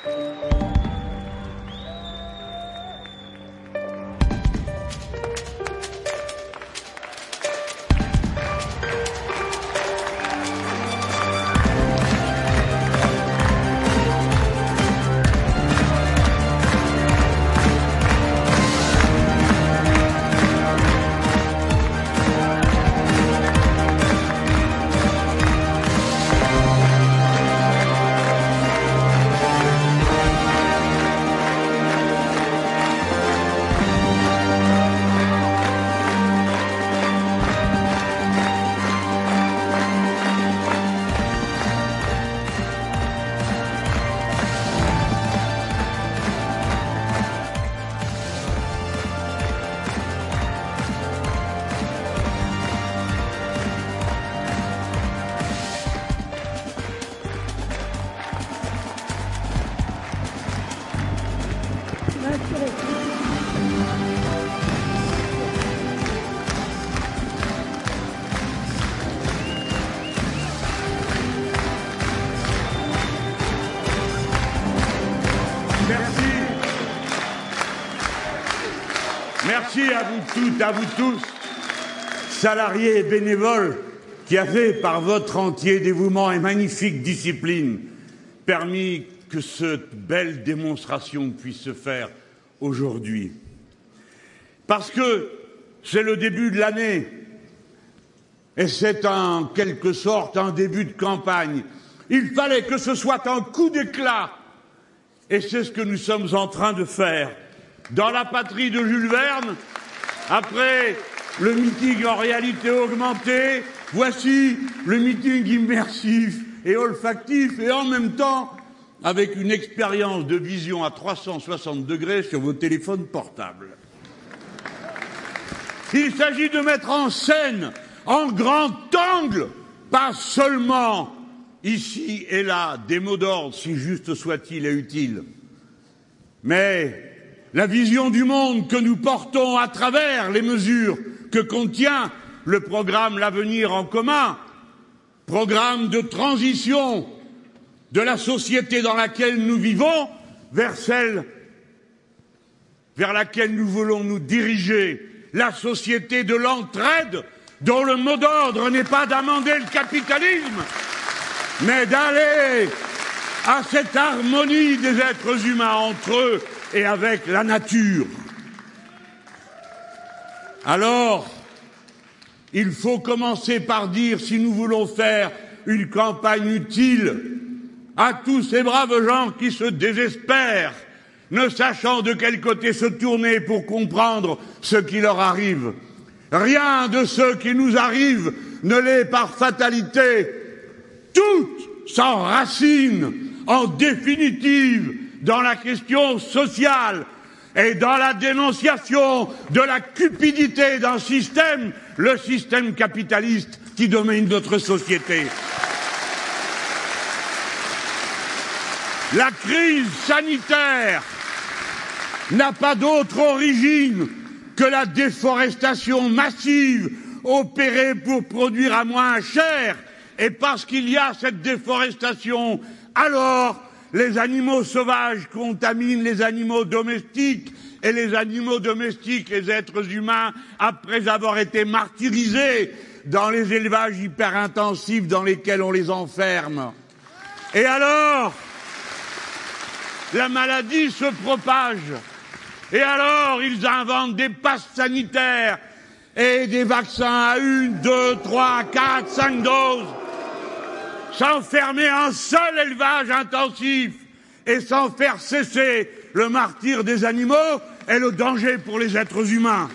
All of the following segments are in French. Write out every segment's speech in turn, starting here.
Merci à vous toutes, à vous tous, salariés et bénévoles, qui avez, par votre entier dévouement et magnifique discipline, permis que cette belle démonstration puisse se faire aujourd'hui. Parce que c'est le début de l'année, et c'est en quelque sorte un début de campagne. Il fallait que ce soit un coup d'éclat, et c'est ce que nous sommes en train de faire. Dans la patrie de Jules Verne, après le meeting en réalité augmentée, voici le meeting immersif et olfactif, et en même temps, avec une expérience de vision à 360 degrés sur vos téléphones portables. Il s'agit de mettre en scène, en grand angle, pas seulement ici et là, des mots d'ordre, si juste soit-il et utile, mais la vision du monde que nous portons à travers les mesures que contient le programme L'Avenir en commun, programme de transition de la société dans laquelle nous vivons vers celle vers laquelle nous voulons nous diriger, la société de l'entraide, dont le mot d'ordre n'est pas d'amender le capitalisme, mais d'aller à cette harmonie des êtres humains entre eux et avec la nature. Alors, il faut commencer par dire, si nous voulons faire une campagne utile à tous ces braves gens qui se désespèrent, ne sachant de quel côté se tourner pour comprendre ce qui leur arrive. Rien de ce qui nous arrive ne l'est par fatalité. Tout s'enracine, en définitive, dans la question sociale et dans la dénonciation de la cupidité d'un système, le système capitaliste qui domine notre société. La crise sanitaire n'a pas d'autre origine que la déforestation massive opérée pour produire à moins cher, et parce qu'il y a cette déforestation, alors les animaux sauvages contaminent les animaux domestiques, et les animaux domestiques, les êtres humains, après avoir été martyrisés dans les élevages hyper intensifs dans lesquels on les enferme. Et alors, la maladie se propage. Et alors, ils inventent des passes sanitaires et des vaccins à 1, 2, 3, 4, 5 doses, sans fermer un seul élevage intensif et sans faire cesser le martyre des animaux et le danger pour les êtres humains.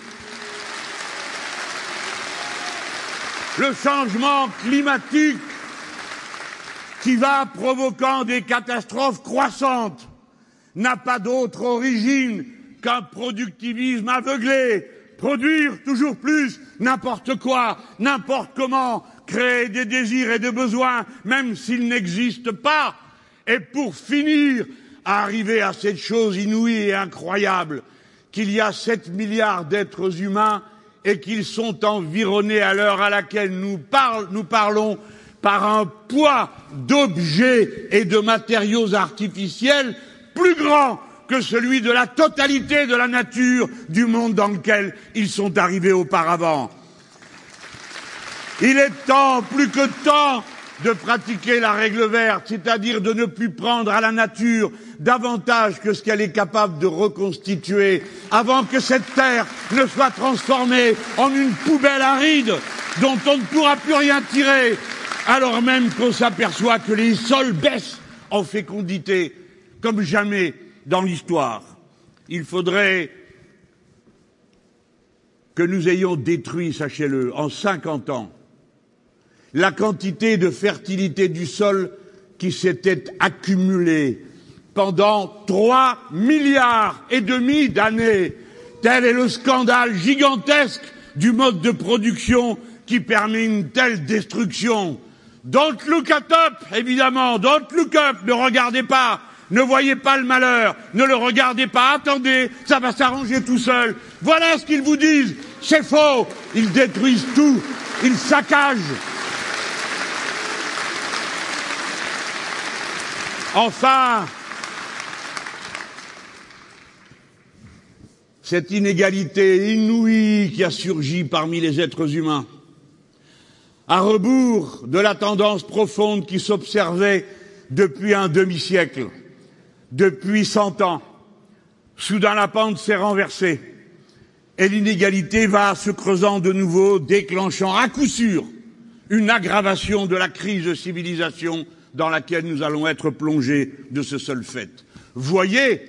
Le changement climatique qui va provoquant des catastrophes croissantes n'a pas d'autre origine qu'un productivisme aveuglé, produire toujours plus, n'importe quoi, n'importe comment, créer des désirs et des besoins, même s'ils n'existent pas, et pour finir, arriver à cette chose inouïe et incroyable, qu'il y a 7 milliards d'êtres humains et qu'ils sont environnés à l'heure à laquelle nous parlons par un poids d'objets et de matériaux artificiels plus grand que celui de la totalité de la nature du monde dans lequel ils sont arrivés auparavant. Il est temps, plus que temps, de pratiquer la règle verte, c'est-à-dire de ne plus prendre à la nature davantage que ce qu'elle est capable de reconstituer avant que cette terre ne soit transformée en une poubelle aride dont on ne pourra plus rien tirer, alors même qu'on s'aperçoit que les sols baissent en fécondité comme jamais dans l'histoire. Il faudrait que nous ayons détruit, sachez-le, en 50 ans, la quantité de fertilité du sol qui s'était accumulée pendant 3,5 milliards d'années. Tel est le scandale gigantesque du mode de production qui permet une telle destruction. Don't look up, évidemment, don't look up, ne regardez pas, ne voyez pas le malheur, ne le regardez pas, attendez, ça va s'arranger tout seul. Voilà ce qu'ils vous disent, c'est faux, ils détruisent tout, ils saccagent. Enfin, cette inégalité inouïe qui a surgi parmi les êtres humains, à rebours de la tendance profonde qui s'observait depuis un demi-siècle, depuis 100 ans, soudain la pente s'est renversée et l'inégalité va se creusant de nouveau, déclenchant à coup sûr une aggravation de la crise de civilisation dans laquelle nous allons être plongés de ce seul fait. Voyez,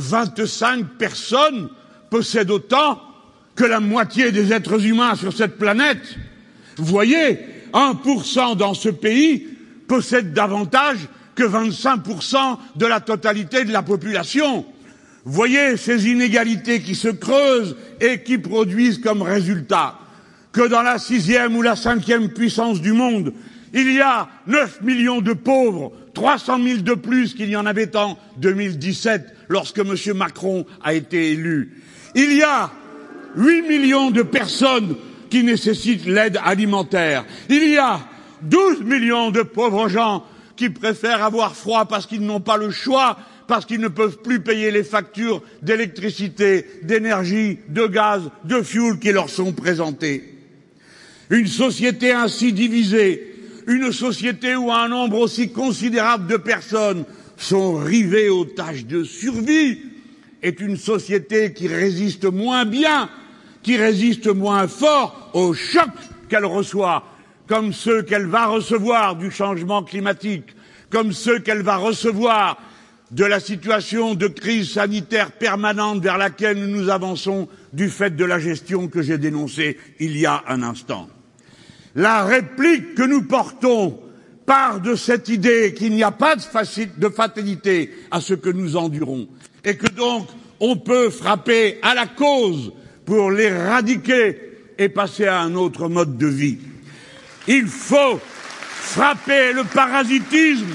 25 personnes possèdent autant que la moitié des êtres humains sur cette planète. Voyez, 1% dans ce pays possède davantage que 25% de la totalité de la population. Voyez ces inégalités qui se creusent et qui produisent comme résultat que dans la 6e ou la 5e puissance du monde, il y a 9 millions de pauvres, 300 000 de plus qu'il y en avait en 2017 lorsque M. Macron a été élu. Il y a 8 millions de personnes qui nécessitent l'aide alimentaire. Il y a 12 millions de pauvres gens qui préfèrent avoir froid parce qu'ils n'ont pas le choix, parce qu'ils ne peuvent plus payer les factures d'électricité, d'énergie, de gaz, de fioul qui leur sont présentées. Une société ainsi divisée, une société où un nombre aussi considérable de personnes sont rivées aux tâches de survie, est une société qui résiste moins bien, qui résiste moins fort aux chocs qu'elle reçoit, comme ceux qu'elle va recevoir du changement climatique, comme ceux qu'elle va recevoir de la situation de crise sanitaire permanente vers laquelle nous avançons du fait de la gestion que j'ai dénoncée il y a un instant. La réplique que nous portons part de cette idée qu'il n'y a pas de fatalité à ce que nous endurons et que donc on peut frapper à la cause pour l'éradiquer et passer à un autre mode de vie. Il faut frapper le parasitisme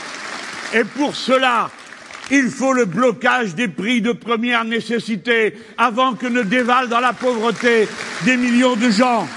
et pour cela, il faut le blocage des prix de première nécessité avant que ne dévalent dans la pauvreté des millions de gens.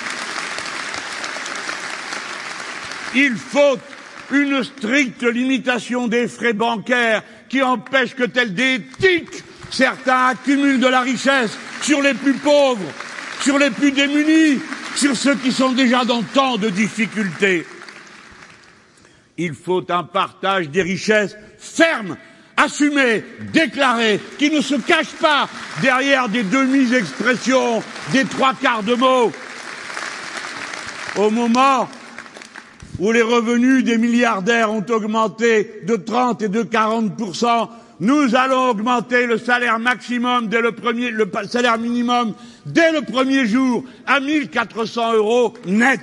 Il faut une stricte limitation des frais bancaires qui empêche que, tels des tiques, certains accumulent de la richesse sur les plus pauvres, sur les plus démunis, sur ceux qui sont déjà dans tant de difficultés. Il faut un partage des richesses ferme, assumé, déclaré, qui ne se cache pas derrière des demi-expressions, des trois quarts de mots. Au moment où les revenus des milliardaires ont augmenté de 30 et de 40%, nous allons augmenter le salaire maximum dès le salaire minimum dès le premier jour à 1 400 € net.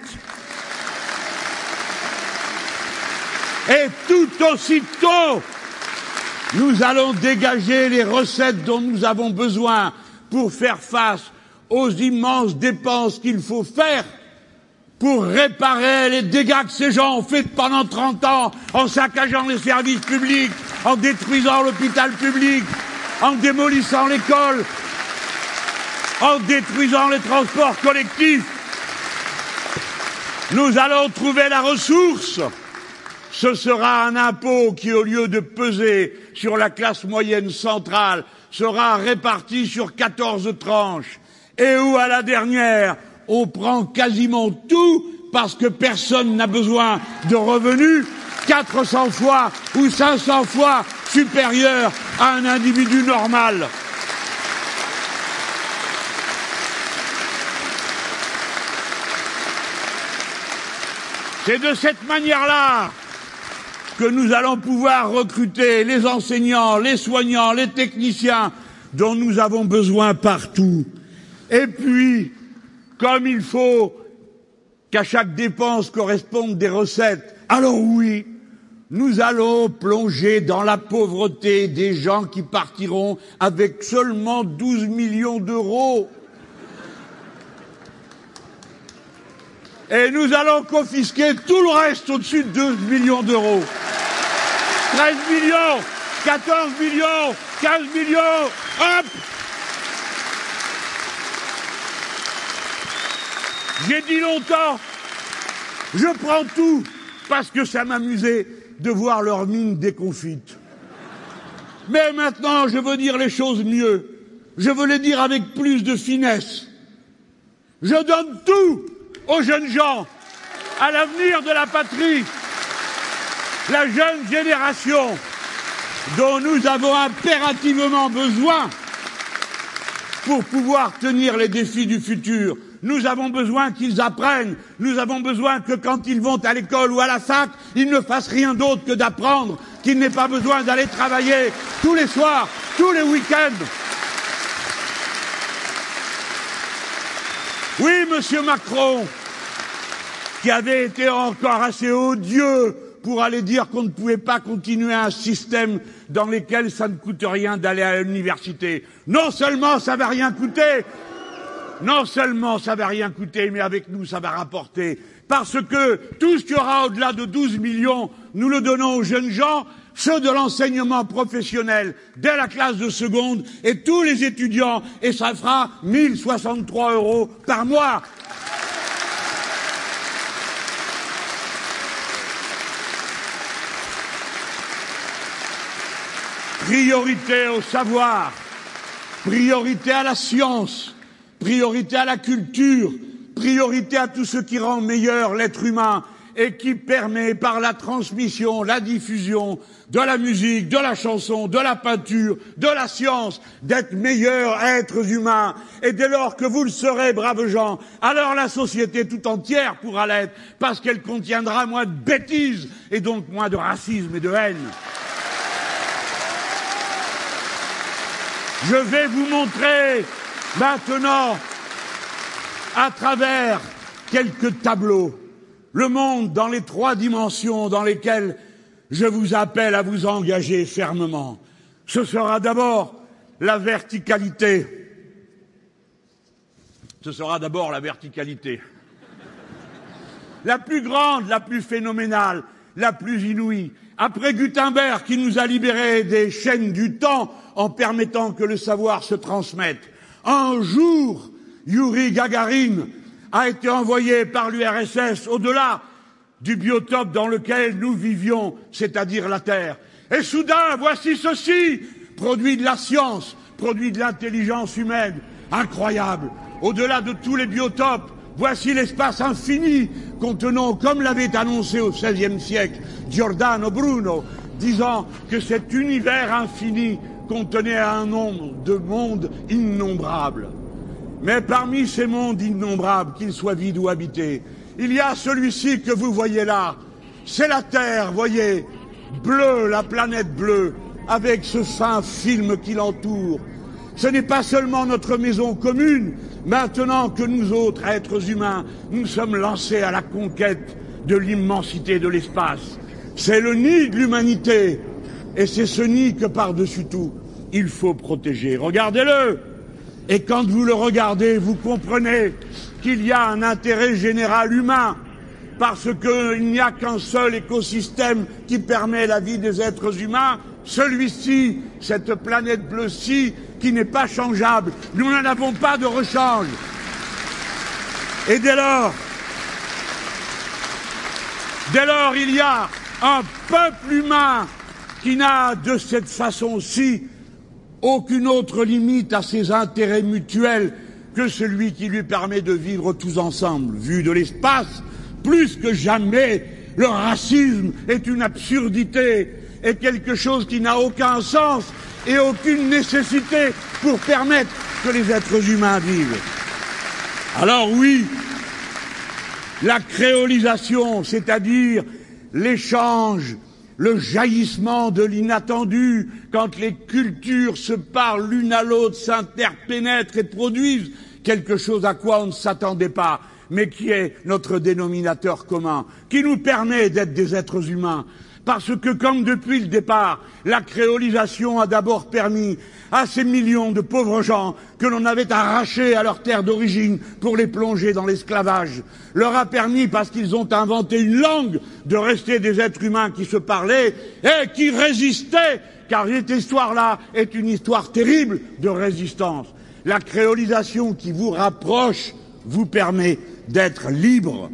Et tout aussitôt, nous allons dégager les recettes dont nous avons besoin pour faire face aux immenses dépenses qu'il faut faire pour réparer les dégâts que ces gens ont fait pendant 30 ans en saccageant les services publics, en détruisant l'hôpital public, en démolissant l'école, en détruisant les transports collectifs. Nous allons trouver la ressource ce sera un impôt qui, au lieu de peser sur la classe moyenne centrale, sera réparti sur 14 tranches, et où, à la dernière, on prend quasiment tout parce que personne n'a besoin de revenus 400 fois ou 500 fois supérieurs à un individu normal. C'est de cette manière-là que nous allons pouvoir recruter les enseignants, les soignants, les techniciens dont nous avons besoin partout. Et puis, comme il faut qu'à chaque dépense correspondent des recettes, alors oui, nous allons plonger dans la pauvreté des gens qui partiront avec seulement 12 millions d'euros. Et nous allons confisquer tout le reste au-dessus de 12 millions d'euros. 13 millions, 14 millions, 15 millions, hop! J'ai dit longtemps, je prends tout, parce que ça m'amusait de voir leur mine déconfite. Mais maintenant, je veux dire les choses mieux. Je veux les dire avec plus de finesse. Je donne tout aux jeunes gens, à l'avenir de la patrie, la jeune génération dont nous avons impérativement besoin pour pouvoir tenir les défis du futur. Nous avons besoin qu'ils apprennent, nous avons besoin que quand ils vont à l'école ou à la fac, ils ne fassent rien d'autre que d'apprendre, qu'ils n'aient pas besoin d'aller travailler tous les soirs, tous les week-ends. Oui, Monsieur Macron, qui avait été encore assez odieux pour aller dire qu'on ne pouvait pas continuer un système dans lequel ça ne coûte rien d'aller à l'université. Non seulement ça va rien coûter, mais avec nous ça va rapporter. Parce que tout ce qu'il y aura au-delà de 12 millions, nous le donnons aux jeunes gens, ceux de l'enseignement professionnel, dès la classe de seconde, et tous les étudiants, et ça fera 1063 € par mois. Priorité au savoir, priorité à la science, priorité à la culture, priorité à tout ce qui rend meilleur l'être humain et qui permet par la transmission, la diffusion de la musique, de la chanson, de la peinture, de la science, d'être meilleurs êtres humains. Et dès lors que vous le serez, braves gens, alors la société tout entière pourra l'être parce qu'elle contiendra moins de bêtises et donc moins de racisme et de haine. Je vais vous montrer maintenant, à travers quelques tableaux, le monde dans les 3 dimensions dans lesquelles je vous appelle à vous engager fermement. Ce sera d'abord la verticalité. La plus grande, la plus phénoménale, la plus inouïe. Après Gutenberg qui nous a libérés des chaînes du temps en permettant que le savoir se transmette. Un jour, Youri Gagarin a été envoyé par l'URSS au-delà du biotope dans lequel nous vivions, c'est-à-dire la Terre. Et soudain, voici ceci, produit de la science, produit de l'intelligence humaine, incroyable. Au-delà de tous les biotopes, voici l'espace infini contenant, comme l'avait annoncé au XVIe siècle Giordano Bruno, disant que cet univers infini contenait un nombre de mondes innombrables. Mais parmi ces mondes innombrables, qu'ils soient vides ou habités, il y a celui-ci que vous voyez là. C'est la Terre, voyez, bleue, la planète bleue, avec ce fin film qui l'entoure. Ce n'est pas seulement notre maison commune, maintenant que nous autres êtres humains, nous sommes lancés à la conquête de l'immensité de l'espace. C'est le nid de l'humanité, et c'est ce nid que par-dessus tout, il faut protéger. Regardez-le, et quand vous le regardez, vous comprenez qu'il y a un intérêt général humain, parce qu'il n'y a qu'un seul écosystème qui permet la vie des êtres humains, celui-ci, cette planète bleue-ci, qui n'est pas changeable. Nous n'en avons pas de rechange. Et dès lors, il y a Un peuple humain qui n'a de cette façon-ci aucune autre limite à ses intérêts mutuels que celui qui lui permet de vivre tous ensemble. Vu de l'espace, plus que jamais, le racisme est une absurdité, est quelque chose qui n'a aucun sens et aucune nécessité pour permettre que les êtres humains vivent. Alors oui, la créolisation, c'est-à-dire l'échange, le jaillissement de l'inattendu, quand les cultures se parlent l'une à l'autre, s'interpénètrent et produisent quelque chose à quoi on ne s'attendait pas, mais qui est notre dénominateur commun, qui nous permet d'être des êtres humains. Parce que, comme depuis le départ, la créolisation a d'abord permis à ces millions de pauvres gens que l'on avait arrachés à leur terre d'origine pour les plonger dans l'esclavage, leur a permis, parce qu'ils ont inventé une langue, de rester des êtres humains qui se parlaient et qui résistaient, car cette histoire-là est une histoire terrible de résistance. La créolisation qui vous rapproche vous permet d'être libre.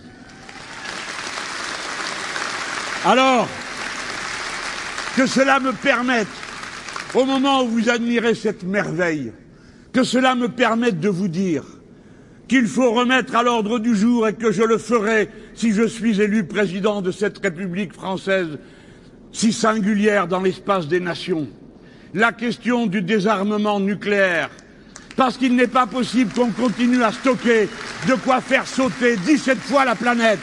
Alors, que cela me permette, au moment où vous admirez cette merveille, que cela me permette de vous dire qu'il faut remettre à l'ordre du jour, et que je le ferai si je suis élu président de cette République française si singulière dans l'espace des nations, la question du désarmement nucléaire, parce qu'il n'est pas possible qu'on continue à stocker de quoi faire sauter 17 fois la planète.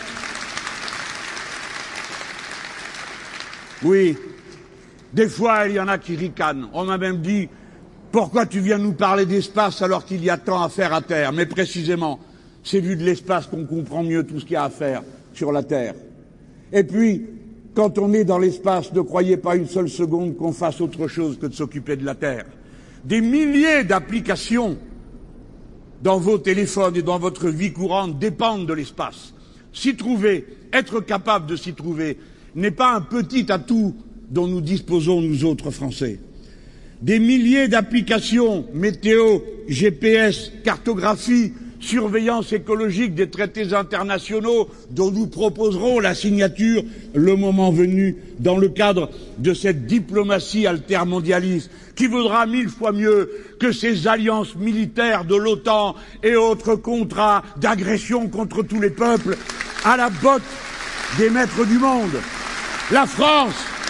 Oui, des fois il y en a qui ricanent. On m'a même dit, pourquoi tu viens nous parler d'espace alors qu'il y a tant à faire à Terre? Mais précisément, c'est vu de l'espace qu'on comprend mieux tout ce qu'il y a à faire sur la Terre. Et puis, quand on est dans l'espace, ne croyez pas une seule seconde qu'on fasse autre chose que de s'occuper de la Terre. Des milliers d'applications dans vos téléphones et dans votre vie courante dépendent de l'espace. S'y trouver, être capable de s'y trouver, n'est pas un petit atout dont nous disposons, nous autres Français. Des milliers d'applications, météo, GPS, cartographie, surveillance écologique des traités internationaux dont nous proposerons la signature le moment venu dans le cadre de cette diplomatie altermondialiste qui vaudra 1000 fois mieux que ces alliances militaires de l'OTAN et autres contrats d'agression contre tous les peuples à la botte des maîtres du monde. La France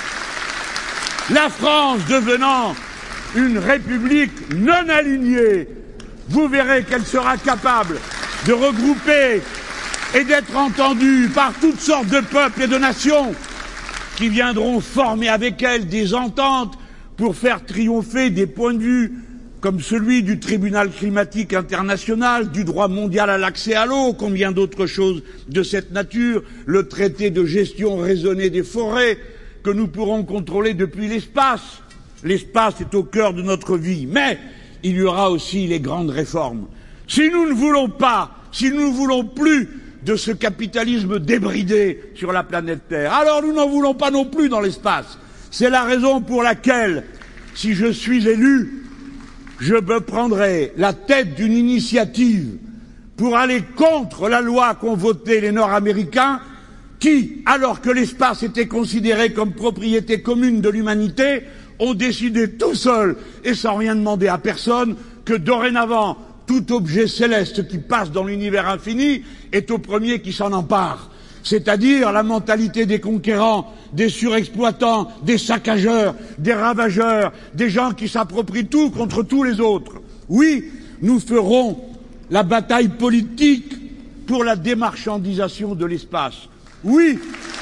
devenant une république non alignée, vous verrez qu'elle sera capable de regrouper et d'être entendue par toutes sortes de peuples et de nations qui viendront former avec elle des ententes pour faire triompher des points de vue comme celui du tribunal climatique international, du droit mondial à l'accès à l'eau, combien d'autres choses de cette nature, le traité de gestion raisonnée des forêts que nous pourrons contrôler depuis l'espace. L'espace est au cœur de notre vie, mais il y aura aussi les grandes réformes. Si nous ne voulons pas, si nous ne voulons plus de ce capitalisme débridé sur la planète Terre, alors nous n'en voulons pas non plus dans l'espace. C'est la raison pour laquelle, si je suis élu, je me prendrai la tête d'une initiative pour aller contre la loi qu'ont votée les Nord-Américains qui, alors que l'espace était considéré comme propriété commune de l'humanité, ont décidé tout seuls et sans rien demander à personne que dorénavant tout objet céleste qui passe dans l'univers infini est au premier qui s'en empare. C'est-à-dire la mentalité des conquérants, des surexploitants, des saccageurs, des ravageurs, des gens qui s'approprient tout contre tous les autres. Oui, nous ferons la bataille politique pour la démarchandisation de l'espace. Oui,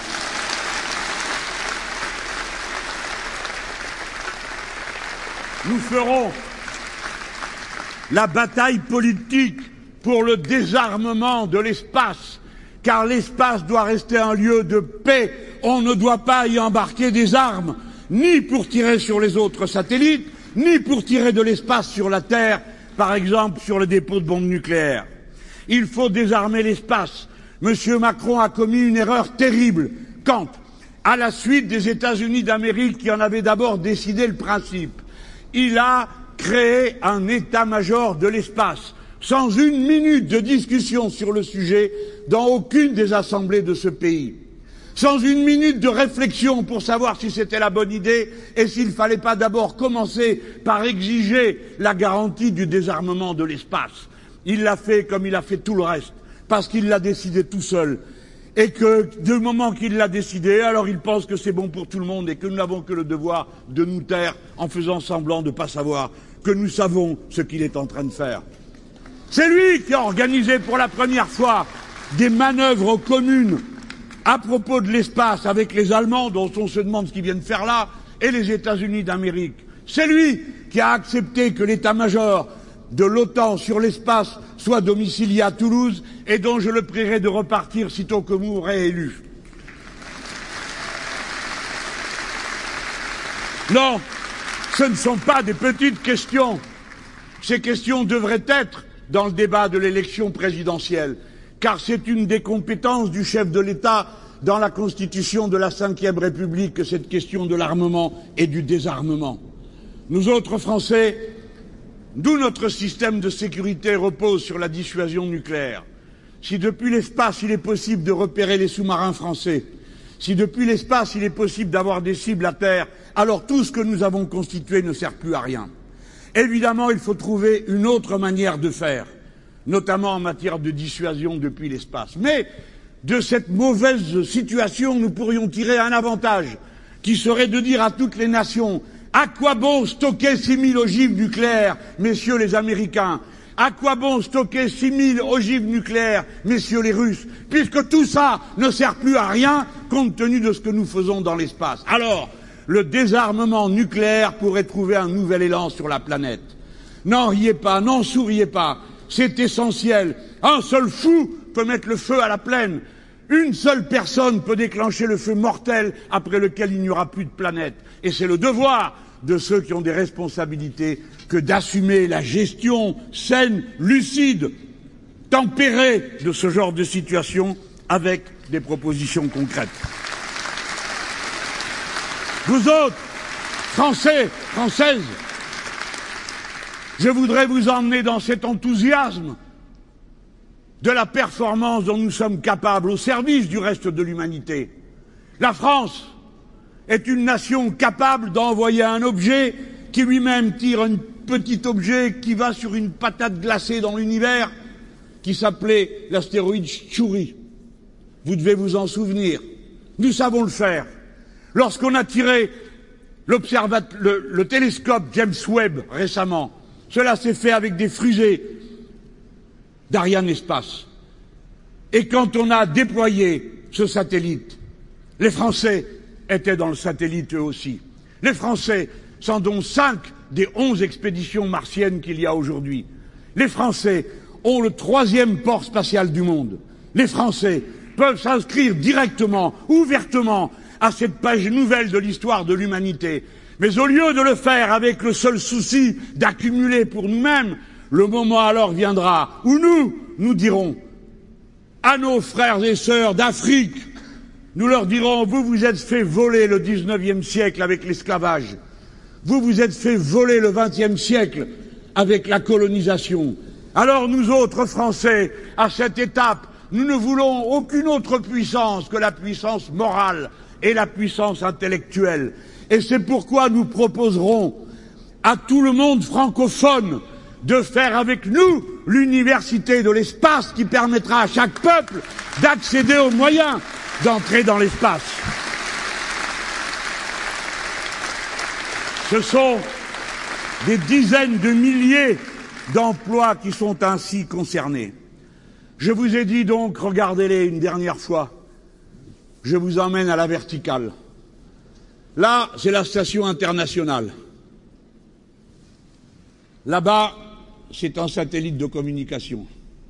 nous ferons la bataille politique pour le désarmement de l'espace, car l'espace doit rester un lieu de paix. On ne doit pas y embarquer des armes, ni pour tirer sur les autres satellites, ni pour tirer de l'espace sur la Terre, par exemple sur le dépôt de bombes nucléaires. Il faut désarmer l'espace. Monsieur Macron a commis une erreur terrible quand, à la suite des États-Unis d'Amérique qui en avaient d'abord décidé le principe, il a créé un état-major de l'espace, sans une minute de discussion sur le sujet dans aucune des assemblées de ce pays. sans une minute de réflexion pour savoir si c'était la bonne idée et s'il ne fallait pas d'abord commencer par exiger la garantie du désarmement de l'espace. Il l'a fait comme il a fait tout le reste, parce qu'il l'a décidé tout seul. Et que, du moment qu'il l'a décidé, alors il pense que c'est bon pour tout le monde et que nous n'avons que le devoir de nous taire en faisant semblant de ne pas savoir que nous savons ce qu'il est en train de faire. C'est lui qui a organisé pour la première fois des manœuvres communes à propos de l'espace avec les Allemands, dont on se demande ce qu'ils viennent faire là, et les États-Unis d'Amérique. C'est lui qui a accepté que l'état-major de l'OTAN sur l'espace soit domicilié à Toulouse et dont je le prierai de repartir sitôt que vous m'aurez élu. Non, ce ne sont pas des petites questions. Ces questions devraient être dans le débat de l'élection présidentielle, car c'est une des compétences du chef de l'État dans la Constitution de la Ve République que cette question de l'armement et du désarmement. Nous autres Français, d'où notre système de sécurité repose sur la dissuasion nucléaire. Si depuis l'espace il est possible de repérer les sous-marins français, si depuis l'espace il est possible d'avoir des cibles à terre, alors tout ce que nous avons constitué ne sert plus à rien. Évidemment, il faut trouver une autre manière de faire, notamment en matière de dissuasion depuis l'espace. Mais de cette mauvaise situation, nous pourrions tirer un avantage, qui serait de dire à toutes les nations: à quoi bon stocker 6000 ogives nucléaires, messieurs les Américains? À quoi bon stocker 6000 ogives nucléaires, messieurs les Russes? Puisque tout ça ne sert plus à rien, compte tenu de ce que nous faisons dans l'espace. Alors, le désarmement nucléaire pourrait trouver un nouvel élan sur la planète. N'en riez pas, n'en souriez pas, c'est essentiel. Un seul fou peut mettre le feu à la plaine. Une seule personne peut déclencher le feu mortel après lequel il n'y aura plus de planète. Et c'est le devoir de ceux qui ont des responsabilités que d'assumer la gestion saine, lucide, tempérée de ce genre de situation avec des propositions concrètes. Vous autres, Français, Françaises, je voudrais vous emmener dans cet enthousiasme de la performance dont nous sommes capables au service du reste de l'humanité. La France est une nation capable d'envoyer un objet qui lui-même tire un petit objet qui va sur une patate glacée dans l'univers, qui s'appelait l'astéroïde Tchouri. Vous devez vous en souvenir. Nous savons le faire. Lorsqu'on a tiré le télescope James Webb récemment, cela s'est fait avec des fusées d'Ariane Espace. Et quand on a déployé ce satellite, les Français étaient dans le satellite eux aussi. Les Français sont donc 5 des 11 expéditions martiennes qu'il y a aujourd'hui. Les Français ont le 3e port spatial du monde. Les Français peuvent s'inscrire directement, ouvertement, à cette page nouvelle de l'histoire de l'humanité. Mais au lieu de le faire avec le seul souci d'accumuler pour nous-mêmes, le moment alors viendra où nous dirons à nos frères et sœurs d'Afrique, nous leur dirons: vous vous êtes fait voler le 19e siècle avec l'esclavage, vous vous êtes fait voler le 20e siècle avec la colonisation. Alors nous autres Français, à cette étape, nous ne voulons aucune autre puissance que la puissance morale et la puissance intellectuelle. Et c'est pourquoi nous proposerons à tout le monde francophone de faire avec nous l'université de l'espace qui permettra à chaque peuple d'accéder aux moyens d'entrer dans l'espace. Ce sont des dizaines de milliers d'emplois qui sont ainsi concernés. Je vous ai dit donc, regardez-les une dernière fois. Je vous emmène à la verticale. Là, c'est la station internationale. Là-bas, c'est un satellite de communication.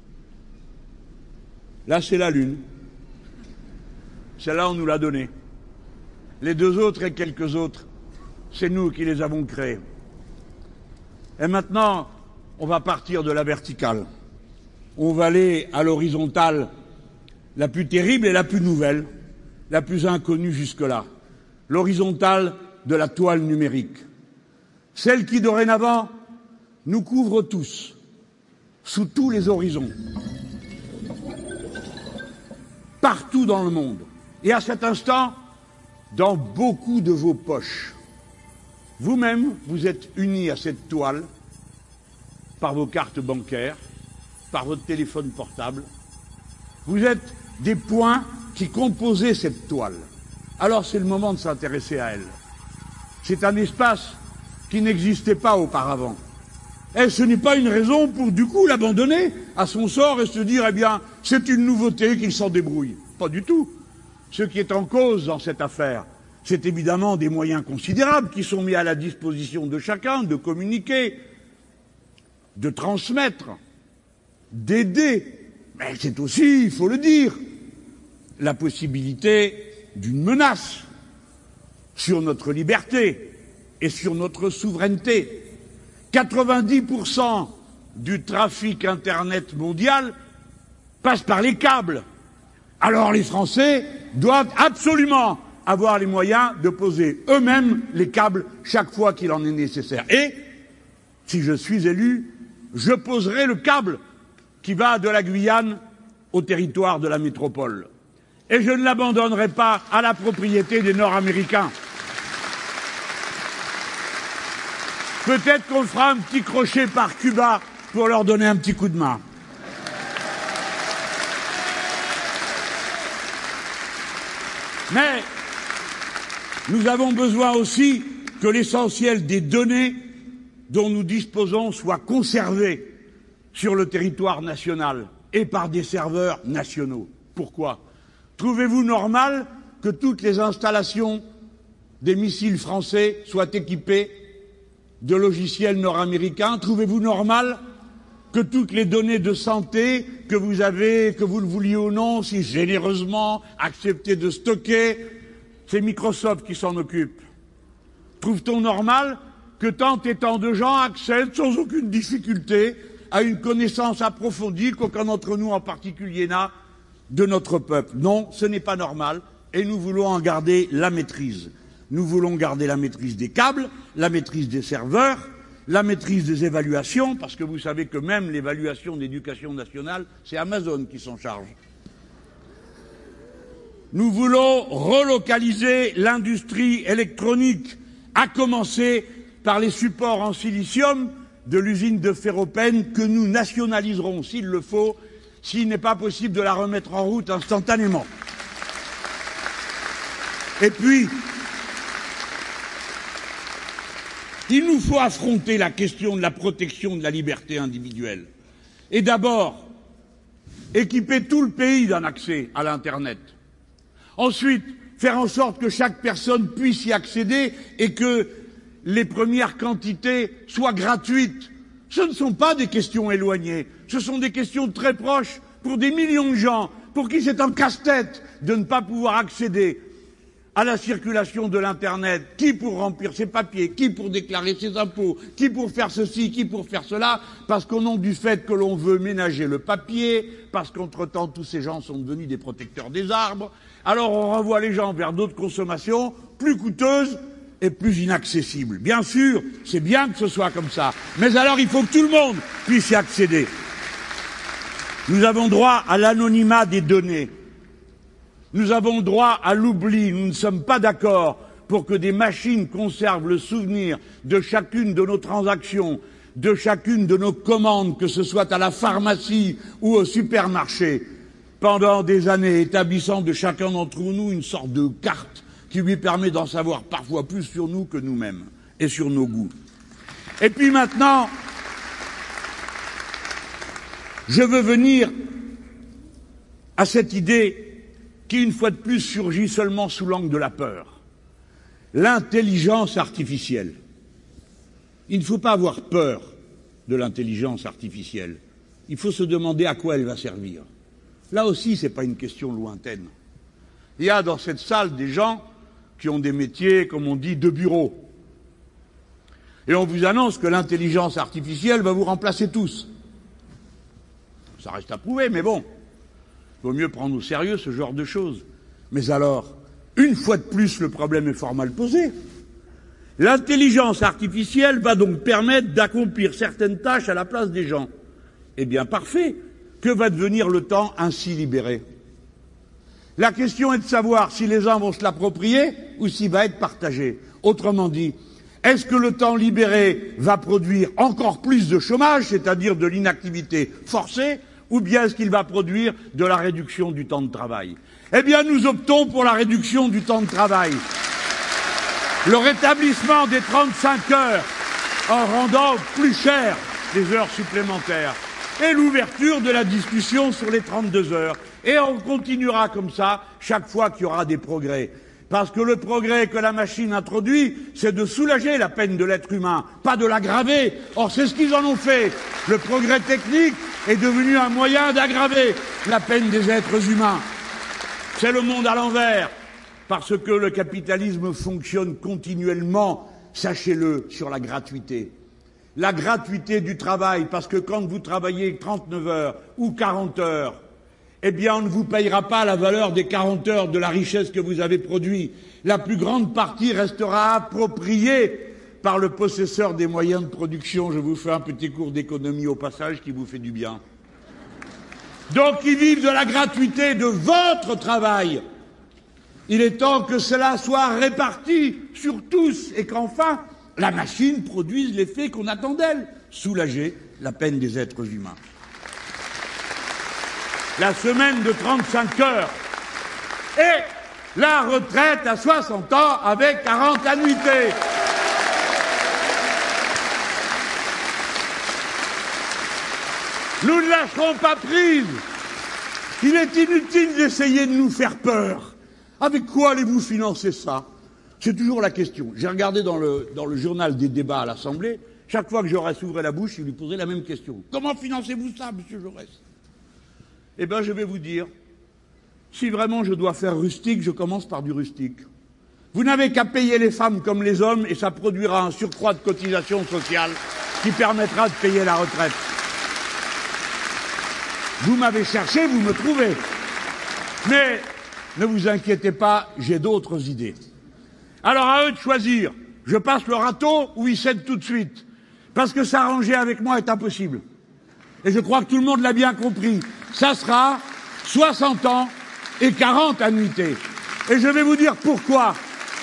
Là, c'est la Lune. Celle-là, on nous l'a donnée. Les 2 autres et quelques autres, c'est nous qui les avons créés. Et maintenant, on va partir de la verticale. On va aller à l'horizontale, la plus terrible et la plus nouvelle, la plus inconnue jusque-là. L'horizontale de la toile numérique. Celle qui, dorénavant, nous couvre tous, sous tous les horizons, partout dans le monde. Et à cet instant, dans beaucoup de vos poches, vous-même, vous êtes unis à cette toile par vos cartes bancaires, par votre téléphone portable. Vous êtes des points qui composaient cette toile. Alors c'est le moment de s'intéresser à elle. C'est un espace qui n'existait pas auparavant. Et ce n'est pas une raison pour, du coup, l'abandonner à son sort et se dire, eh bien, c'est une nouveauté, qu'il s'en débrouille. Pas du tout. Ce qui est en cause dans cette affaire, c'est évidemment des moyens considérables qui sont mis à la disposition de chacun, de communiquer, de transmettre, d'aider. Mais c'est aussi, il faut le dire, la possibilité d'une menace sur notre liberté et sur notre souveraineté. 90% du trafic Internet mondial passe par les câbles. Alors les Français doivent absolument avoir les moyens de poser eux-mêmes les câbles chaque fois qu'il en est nécessaire. Et, si je suis élu, je poserai le câble qui va de la Guyane au territoire de la métropole. Et je ne l'abandonnerai pas à la propriété des Nord-Américains. Peut-être qu'on fera un petit crochet par Cuba pour leur donner un petit coup de main. Mais nous avons besoin aussi que l'essentiel des données dont nous disposons soit conservé sur le territoire national et par des serveurs nationaux. Pourquoi ? Trouvez-vous normal que toutes les installations des missiles français soient équipées de logiciels nord-américains? Trouvez-vous normal que toutes les données de santé que vous avez, que vous le vouliez ou non, si généreusement accepté de stocker, c'est Microsoft qui s'en occupe? Trouve-t-on normal que tant et tant de gens accèdent sans aucune difficulté à une connaissance approfondie qu'aucun d'entre nous en particulier n'a de notre peuple? Non, ce n'est pas normal et nous voulons en garder la maîtrise. Nous voulons garder la maîtrise des câbles, la maîtrise des serveurs, la maîtrise des évaluations, parce que vous savez que même l'évaluation d'éducation nationale, c'est Amazon qui s'en charge. Nous voulons relocaliser l'industrie électronique, à commencer par les supports en silicium de l'usine de Ferropem que nous nationaliserons s'il le faut, s'il n'est pas possible de la remettre en route instantanément. Et puis, il nous faut affronter la question de la protection de la liberté individuelle. Et d'abord, équiper tout le pays d'un accès à l'Internet. Ensuite, faire en sorte que chaque personne puisse y accéder et que les premières quantités soient gratuites. Ce ne sont pas des questions éloignées, ce sont des questions très proches pour des millions de gens, pour qui c'est un casse-tête de ne pas pouvoir accéder à la circulation de l'Internet, qui pour remplir ses papiers, qui pour déclarer ses impôts, qui pour faire ceci, qui pour faire cela, parce qu'au nom du fait que l'on veut ménager le papier, parce qu'entre-temps tous ces gens sont devenus des protecteurs des arbres, alors on renvoie les gens vers d'autres consommations plus coûteuses et plus inaccessibles. Bien sûr, c'est bien que ce soit comme ça, mais alors il faut que tout le monde puisse y accéder. Nous avons droit à l'anonymat des données. Nous avons droit à l'oubli. Nous ne sommes pas d'accord pour que des machines conservent le souvenir de chacune de nos transactions, de chacune de nos commandes, que ce soit à la pharmacie ou au supermarché, pendant des années, établissant de chacun d'entre nous une sorte de carte qui lui permet d'en savoir parfois plus sur nous que nous-mêmes et sur nos goûts. Et puis maintenant, je veux venir à cette idée qui, une fois de plus, surgit seulement sous l'angle de la peur. L'intelligence artificielle. Il ne faut pas avoir peur de l'intelligence artificielle. Il faut se demander à quoi elle va servir. Là aussi, ce n'est pas une question lointaine. Il y a dans cette salle des gens qui ont des métiers, comme on dit, de bureau. Et on vous annonce que l'intelligence artificielle va vous remplacer tous. Ça reste à prouver, mais bon. Il vaut mieux prendre au sérieux ce genre de choses. Mais alors, une fois de plus, le problème est fort mal posé. L'intelligence artificielle va donc permettre d'accomplir certaines tâches à la place des gens. Eh bien, parfait. Que va devenir le temps ainsi libéré? La question est de savoir si les uns vont se l'approprier ou s'il va être partagé. Autrement dit, est-ce que le temps libéré va produire encore plus de chômage, c'est-à-dire de l'inactivité forcée, ou bien est-ce qu'il va produire de la réduction du temps de travail? Eh bien, nous optons pour la réduction du temps de travail. Le rétablissement des 35 heures en rendant plus cher les heures supplémentaires et l'ouverture de la discussion sur les 32 heures. Et on continuera comme ça chaque fois qu'il y aura des progrès. Parce que le progrès que la machine introduit, c'est de soulager la peine de l'être humain, pas de l'aggraver. Or, c'est ce qu'ils en ont fait. Le progrès technique est devenu un moyen d'aggraver la peine des êtres humains. C'est le monde à l'envers, parce que le capitalisme fonctionne continuellement, sachez-le, sur la gratuité. La gratuité du travail, parce que quand vous travaillez 39 heures ou 40 heures, eh bien, on ne vous payera pas la valeur des 40 heures de la richesse que vous avez produite. La plus grande partie restera appropriée par le possesseur des moyens de production. Je vous fais un petit cours d'économie au passage qui vous fait du bien. Donc, ils vivent de la gratuité de votre travail. Il est temps que cela soit réparti sur tous et qu'enfin, la machine produise l'effet qu'on attend d'elle, soulager la peine des êtres humains. La semaine de 35 heures et la retraite à 60 ans avec 40 annuités. Nous ne lâcherons pas prise. Il est inutile d'essayer de nous faire peur. Avec quoi allez-vous financer ça? C'est toujours la question. J'ai regardé dans le journal des débats à l'Assemblée, chaque fois que Jaurès ouvrait la bouche, il lui posait la même question. Comment financez-vous ça, monsieur Jaurès? Eh bien, je vais vous dire, si vraiment je dois faire rustique, je commence par du rustique. Vous n'avez qu'à payer les femmes comme les hommes et ça produira un surcroît de cotisation sociale qui permettra de payer la retraite. Vous m'avez cherché, vous me trouvez. Mais ne vous inquiétez pas, j'ai d'autres idées. Alors à eux de choisir, je passe le râteau ou ils cèdent tout de suite. Parce que s'arranger avec moi est impossible. Et je crois que tout le monde l'a bien compris. Ça sera 60 ans et 40 annuités. Et je vais vous dire pourquoi.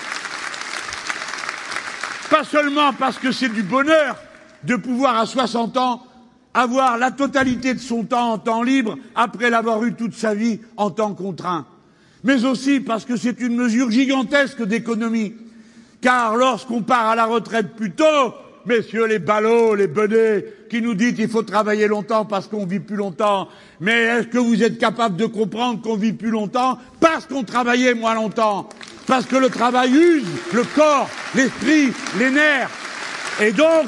Pas seulement parce que c'est du bonheur de pouvoir à 60 ans avoir la totalité de son temps en temps libre après l'avoir eu toute sa vie en temps contraint, mais aussi parce que c'est une mesure gigantesque d'économie. Car lorsqu'on part à la retraite plus tôt, messieurs les ballots, les benets, qui nous dites qu'il faut travailler longtemps parce qu'on vit plus longtemps, mais est-ce que vous êtes capable de comprendre qu'on vit plus longtemps parce qu'on travaillait moins longtemps? Parce que le travail use le corps, l'esprit, les nerfs. Et donc,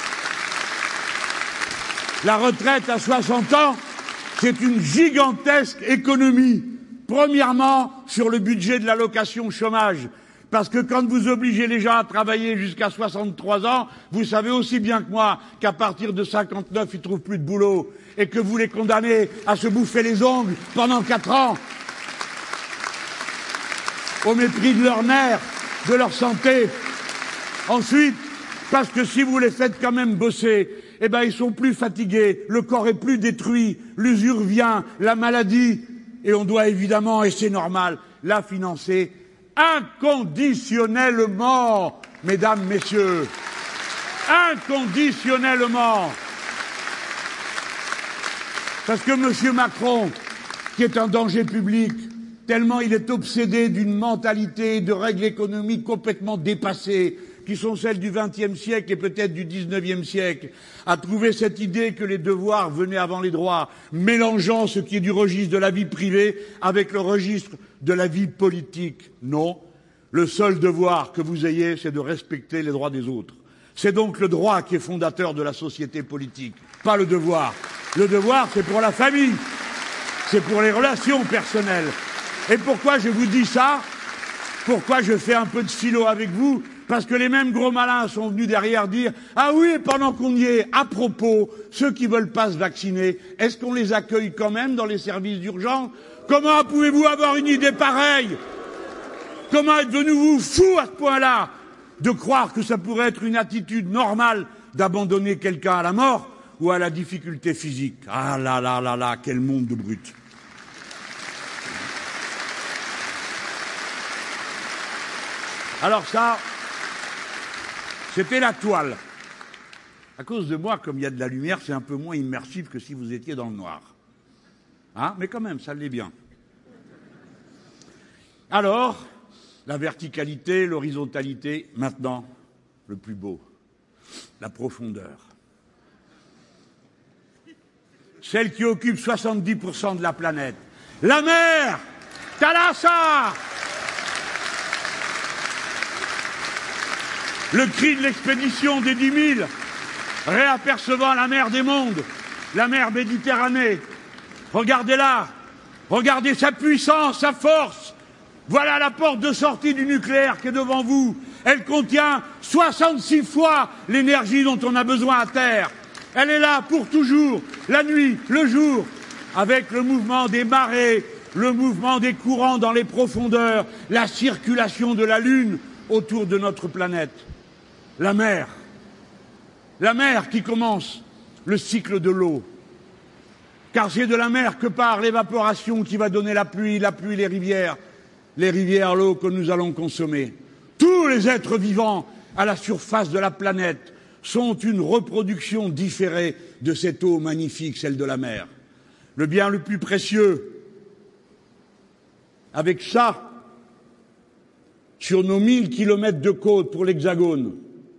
la retraite à 60 ans, c'est une gigantesque économie. Premièrement, sur le budget de l'allocation chômage. Parce que quand vous obligez les gens à travailler jusqu'à 63 ans, vous savez aussi bien que moi qu'à partir de 59, ils trouvent plus de boulot. Et que vous les condamnez à se bouffer les ongles pendant 4 ans. Au mépris de leurs nerfs, de leur santé. Ensuite, parce que si vous les faites quand même bosser, eh ben ils sont plus fatigués, le corps est plus détruit, l'usure vient, la maladie, et on doit évidemment, et c'est normal, la financer inconditionnellement, mesdames, messieurs. Inconditionnellement. Parce que M. Macron, qui est un danger public, tellement il est obsédé d'une mentalité de règles économiques complètement dépassées, qui sont celles du XXe siècle et peut-être du XIXe siècle, a trouvé cette idée que les devoirs venaient avant les droits, mélangeant ce qui est du registre de la vie privée avec le registre de la vie politique. Non, le seul devoir que vous ayez, c'est de respecter les droits des autres. C'est donc le droit qui est fondateur de la société politique, pas le devoir. Le devoir, c'est pour la famille, c'est pour les relations personnelles. Et pourquoi je vous dis ça? Pourquoi je fais un peu de philo avec vous? Parce que les mêmes gros malins sont venus derrière dire « Ah oui, pendant qu'on y est, à propos, ceux qui veulent pas se vacciner, est-ce qu'on les accueille quand même dans les services d'urgence? Comment pouvez-vous avoir une idée pareille? Comment êtes vous fous à ce point-là de croire que ça pourrait être une attitude normale d'abandonner quelqu'un à la mort ou à la difficulté physique? Ah là là là là, quel monde de brutes! Alors ça, c'était la toile. À cause de moi, comme il y a de la lumière, c'est un peu moins immersif que si vous étiez dans le noir. Hein? Mais quand même, ça l'est bien. Alors, la verticalité, l'horizontalité, maintenant, le plus beau, la profondeur. Celle qui occupe 70% de la planète. La mer, Thalassa. Le cri de l'expédition des 10 000, réapercevant la mer des mondes, la mer Méditerranée. Regardez-la, regardez sa puissance, sa force. Voilà la porte de sortie du nucléaire qui est devant vous. Elle contient 66 fois l'énergie dont on a besoin à Terre. Elle est là pour toujours, la nuit, le jour, avec le mouvement des marées, le mouvement des courants dans les profondeurs, la circulation de la Lune autour de notre planète. La mer qui commence le cycle de l'eau. Car c'est de la mer que part l'évaporation qui va donner la pluie, les rivières, l'eau que nous allons consommer. Tous les êtres vivants à la surface de la planète sont une reproduction différée de cette eau magnifique, celle de la mer. Le bien le plus précieux, avec ça, sur nos 1000 kilomètres de côte pour l'Hexagone,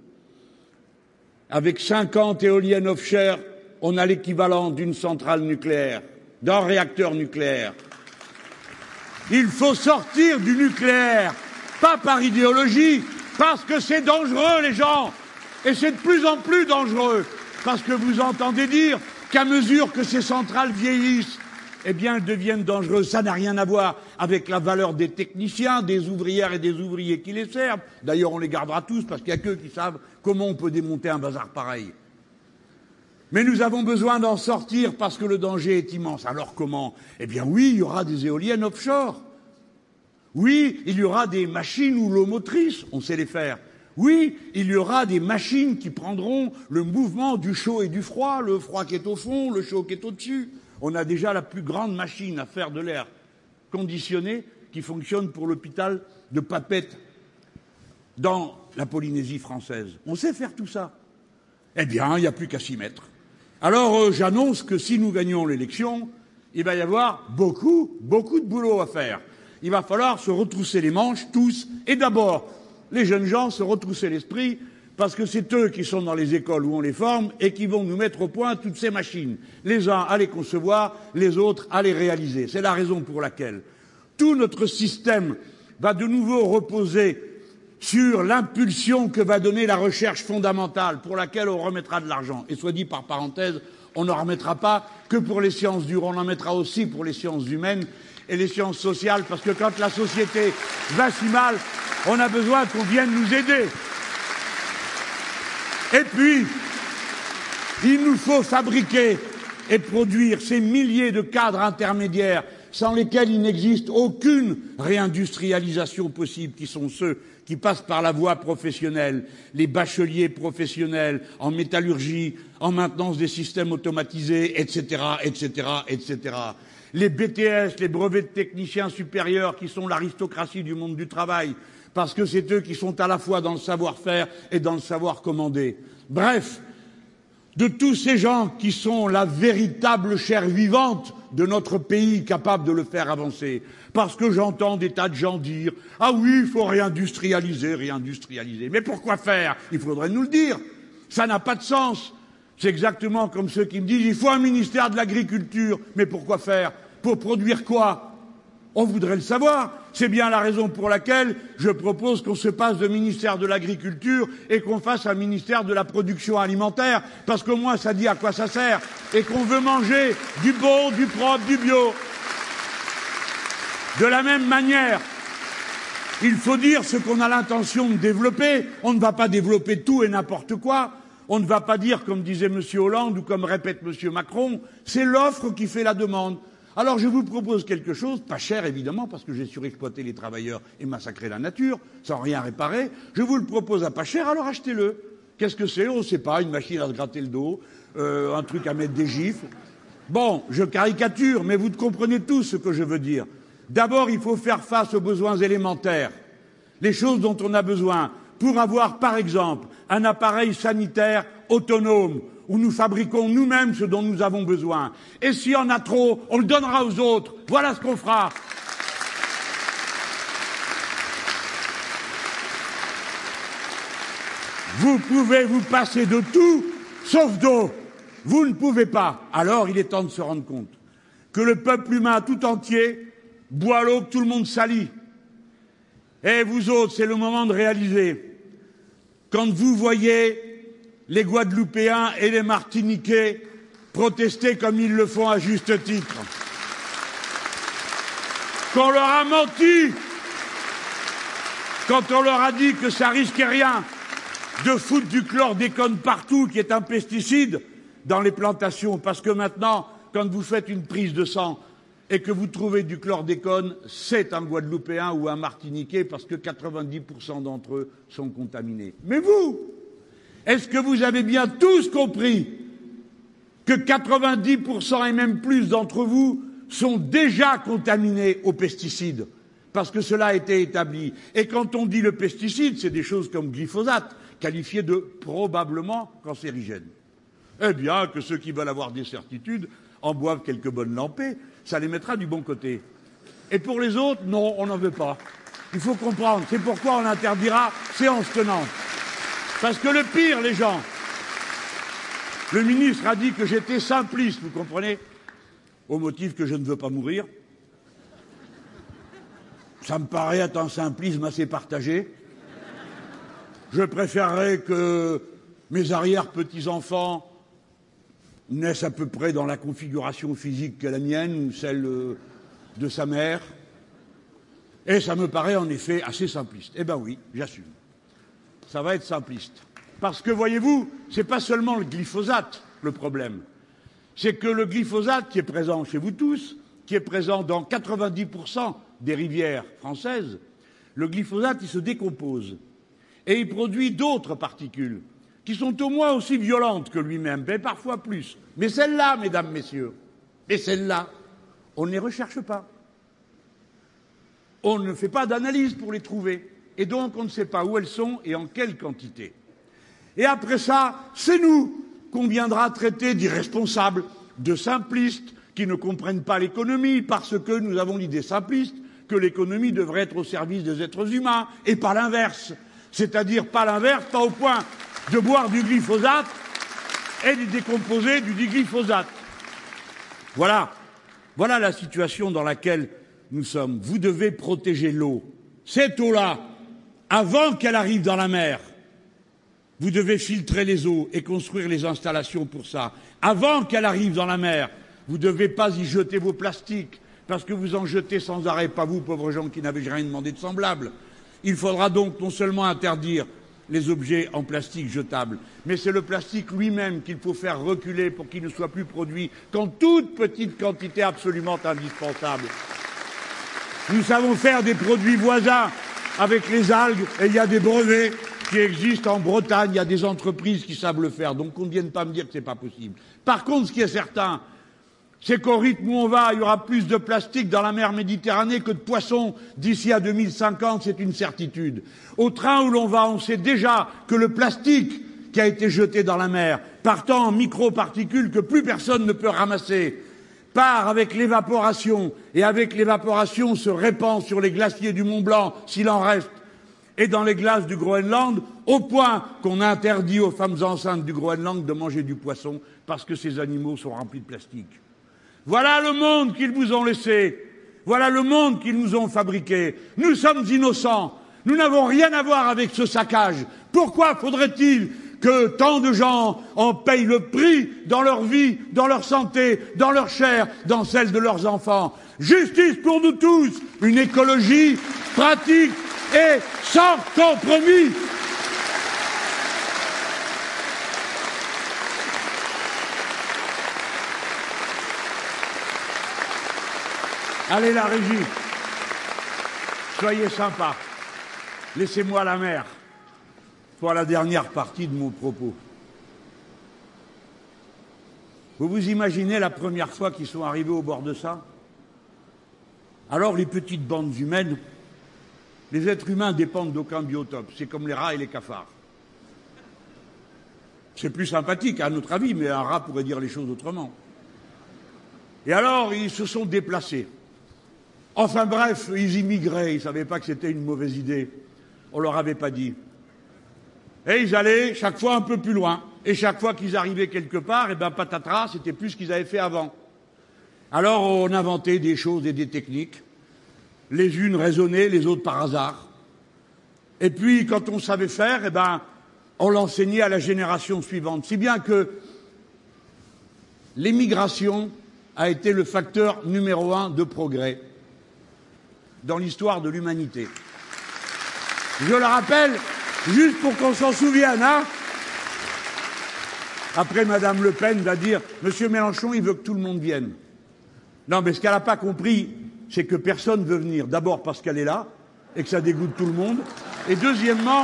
avec 50 éoliennes offshore, on a l'équivalent d'une centrale nucléaire, d'un réacteur nucléaire. Il faut sortir du nucléaire, pas par idéologie, parce que c'est dangereux, les gens. Et c'est de plus en plus dangereux, parce que vous entendez dire qu'à mesure que ces centrales vieillissent, eh bien, elles deviennent dangereuses. Ça n'a rien à voir avec la valeur des techniciens, des ouvrières et des ouvriers qui les servent. D'ailleurs, on les gardera tous, parce qu'il n'y a qu'eux qui savent comment on peut démonter un bazar pareil. Mais nous avons besoin d'en sortir parce que le danger est immense. Alors comment? Eh bien oui, il y aura des éoliennes offshore. Oui, il y aura des machines houlomotrices, on sait les faire. Oui, il y aura des machines qui prendront le mouvement du chaud et du froid, le froid qui est au fond, le chaud qui est au-dessus. On a déjà la plus grande machine à faire de l'air conditionné qui fonctionne pour l'hôpital de Papeete dans la Polynésie française. On sait faire tout ça. Eh bien, il n'y a plus qu'à s'y mettre. Alors, j'annonce que si nous gagnons l'élection, il va y avoir beaucoup de boulot à faire. Il va falloir se retrousser les manches, tous, et d'abord, les jeunes gens se retrousser l'esprit, parce que c'est eux qui sont dans les écoles où on les forme et qui vont nous mettre au point toutes ces machines. Les uns à les concevoir, les autres à les réaliser. C'est la raison pour laquelle tout notre système va de nouveau reposer sur l'impulsion que va donner la recherche fondamentale, pour laquelle on remettra de l'argent. Et soit dit par parenthèse, on n'en remettra pas que pour les sciences dures, on en mettra aussi pour les sciences humaines et les sciences sociales, parce que quand la société va si mal, on a besoin qu'on vienne nous aider. Et puis, il nous faut fabriquer et produire ces milliers de cadres intermédiaires sans lesquels il n'existe aucune réindustrialisation possible, qui sont ceux qui passent par la voie professionnelle, les bacheliers professionnels en métallurgie, en maintenance des systèmes automatisés, etc., etc., etc. Les BTS, les brevets de techniciens supérieurs, qui sont l'aristocratie du monde du travail, parce que c'est eux qui sont à la fois dans le savoir-faire et dans le savoir commander. Bref, de tous ces gens qui sont la véritable chair vivante de notre pays, capable de le faire avancer. Parce que j'entends des tas de gens dire « Ah oui, il faut réindustrialiser. » Mais pourquoi faire? Il faudrait nous le dire. Ça n'a pas de sens. C'est exactement comme ceux qui me disent « Il faut un ministère de l'Agriculture. » Mais pourquoi faire? Pour produire quoi? On voudrait le savoir. C'est bien la raison pour laquelle je propose qu'on se passe de ministère de l'Agriculture et qu'on fasse un ministère de la Production alimentaire, parce qu'au moins ça dit à quoi ça sert, et qu'on veut manger du bon, du propre, du bio. De la même manière, il faut dire ce qu'on a l'intention de développer. On ne va pas développer tout et n'importe quoi. On ne va pas dire, comme disait M. Hollande ou comme répète M. Macron, c'est l'offre qui fait la demande. Alors je vous propose quelque chose, pas cher évidemment, parce que j'ai surexploité les travailleurs et massacré la nature, sans rien réparer. Je vous le propose à pas cher, alors achetez-le. Qu'est-ce que c'est? On ne sait pas, une machine à se gratter le dos, un truc à mettre des gifles. Bon, je caricature, mais vous comprenez tous ce que je veux dire. D'abord, il faut faire face aux besoins élémentaires. les choses dont on a besoin pour avoir, par exemple, un appareil sanitaire autonome, où nous fabriquons nous-mêmes ce dont nous avons besoin. Et s'il y en a trop, on le donnera aux autres. Voilà ce qu'on fera. Vous pouvez vous passer de tout, sauf d'eau. Vous ne pouvez pas. Alors, il est temps de se rendre compte que le peuple humain tout entier boit l'eau que tout le monde salit. Et vous autres, c'est le moment de réaliser, quand vous voyez les Guadeloupéens et les Martiniquais protester comme ils le font à juste titre, qu'on leur a menti, quand on leur a dit que ça risquait rien de foutre du chlordécone partout, qui est un pesticide, dans les plantations, parce que maintenant, quand vous faites une prise de sang et que vous trouvez du chlordécone, c'est un Guadeloupéen ou un Martiniquais, parce que 90% d'entre eux sont contaminés. Mais vous, est-ce que vous avez bien tous compris que 90% et même plus d'entre vous sont déjà contaminés aux pesticides? Parce que cela a été établi. Et quand on dit le pesticide, c'est des choses comme glyphosate, qualifiées de probablement cancérigènes. Eh bien, que ceux qui veulent avoir des certitudes en boivent quelques bonnes lampées, ça les mettra du bon côté. Et pour les autres, non, on n'en veut pas. Il faut comprendre, c'est pourquoi on interdira séance tenante. Parce que le pire, les gens, le ministre a dit que j'étais simpliste, vous comprenez, au motif que je ne veux pas mourir. Ça me paraît être un simplisme assez partagé. Je préférerais que mes arrière-petits-enfants naissent à peu près dans la configuration physique que la mienne ou celle de sa mère. Et ça me paraît en effet assez simpliste. Eh ben oui, j'assume. Ça va être simpliste. Parce que, voyez-vous, c'est pas seulement le glyphosate le problème. C'est que le glyphosate qui est présent chez vous tous, qui est présent dans 90% des rivières françaises, le glyphosate, il se décompose. Et il produit d'autres particules qui sont au moins aussi violentes que lui-même, mais parfois plus. Mais celles-là, mesdames, messieurs, et celles-là, on ne les recherche pas. On ne fait pas d'analyse pour les trouver. Et donc, on ne sait pas où elles sont et en quelle quantité. Et après ça, c'est nous qu'on viendra traiter d'irresponsables, de simplistes, qui ne comprennent pas l'économie, parce que nous avons l'idée simpliste que l'économie devrait être au service des êtres humains, et pas l'inverse. C'est-à-dire pas l'inverse, pas au point de boire du glyphosate et de décomposer du diglyphosate. Voilà la situation dans laquelle nous sommes. Vous devez protéger l'eau. Cette eau-là, avant qu'elle arrive dans la mer, vous devez filtrer les eaux et construire les installations pour ça. Avant qu'elle arrive dans la mer, vous ne devez pas y jeter vos plastiques, parce que vous en jetez sans arrêt, pas vous, pauvres gens qui n'avez rien demandé de semblable. Il faudra donc non seulement interdire les objets en plastique jetables, mais c'est le plastique lui-même qu'il faut faire reculer pour qu'il ne soit plus produit qu'en toute petite quantité absolument indispensable. Nous savons faire des produits voisins avec les algues, et il y a des brevets qui existent en Bretagne, il y a des entreprises qui savent le faire, donc on ne vienne pas me dire que ce n'est pas possible. Par contre, ce qui est certain, c'est qu'au rythme où on va, il y aura plus de plastique dans la mer Méditerranée que de poissons d'ici à 2050, c'est une certitude. Au train où l'on va, on sait déjà que le plastique qui a été jeté dans la mer, partant en microparticules que plus personne ne peut ramasser, part avec l'évaporation, et avec l'évaporation se répand sur les glaciers du Mont Blanc, s'il en reste, et dans les glaces du Groenland, au point qu'on interdit aux femmes enceintes du Groenland de manger du poisson, parce que ces animaux sont remplis de plastique. Voilà le monde qu'ils vous ont laissé. Voilà le monde qu'ils nous ont fabriqué. Nous sommes innocents. Nous n'avons rien à voir avec ce saccage. Pourquoi faudrait-il que tant de gens en payent le prix dans leur vie, dans leur santé, dans leur chair, dans celle de leurs enfants? Justice pour nous tous, une écologie pratique et sans compromis. Allez, la régie, soyez sympa, laissez-moi la mer pour la dernière partie de mon propos. Vous vous imaginez la première fois qu'ils sont arrivés au bord de ça? Alors les petites bandes humaines Les êtres humains dépendent d'aucun biotope. C'est comme les rats et les cafards. C'est plus sympathique, à notre avis, mais un rat pourrait dire les choses autrement. Et alors, ils se sont déplacés. Enfin bref, ils immigraient. Ils ne savaient pas que c'était une mauvaise idée. On leur avait pas dit. Et ils allaient chaque fois un peu plus loin. Et chaque fois qu'ils arrivaient quelque part, et ben patatras, c'était plus ce qu'ils avaient fait avant. Alors on inventait des choses et des techniques. Les unes raisonnaient, les autres par hasard. Et puis, quand on savait faire, eh ben, on l'enseignait à la génération suivante. Si bien que l'émigration a été le facteur numéro 1 de progrès dans l'histoire de l'humanité. Je le rappelle, juste pour qu'on s'en souvienne, hein. Après, Madame Le Pen va dire « Monsieur Mélenchon, il veut que tout le monde vienne ». Non, mais ce qu'elle n'a pas compris, c'est que personne ne veut venir. D'abord parce qu'elle est là, et que ça dégoûte tout le monde. Et deuxièmement,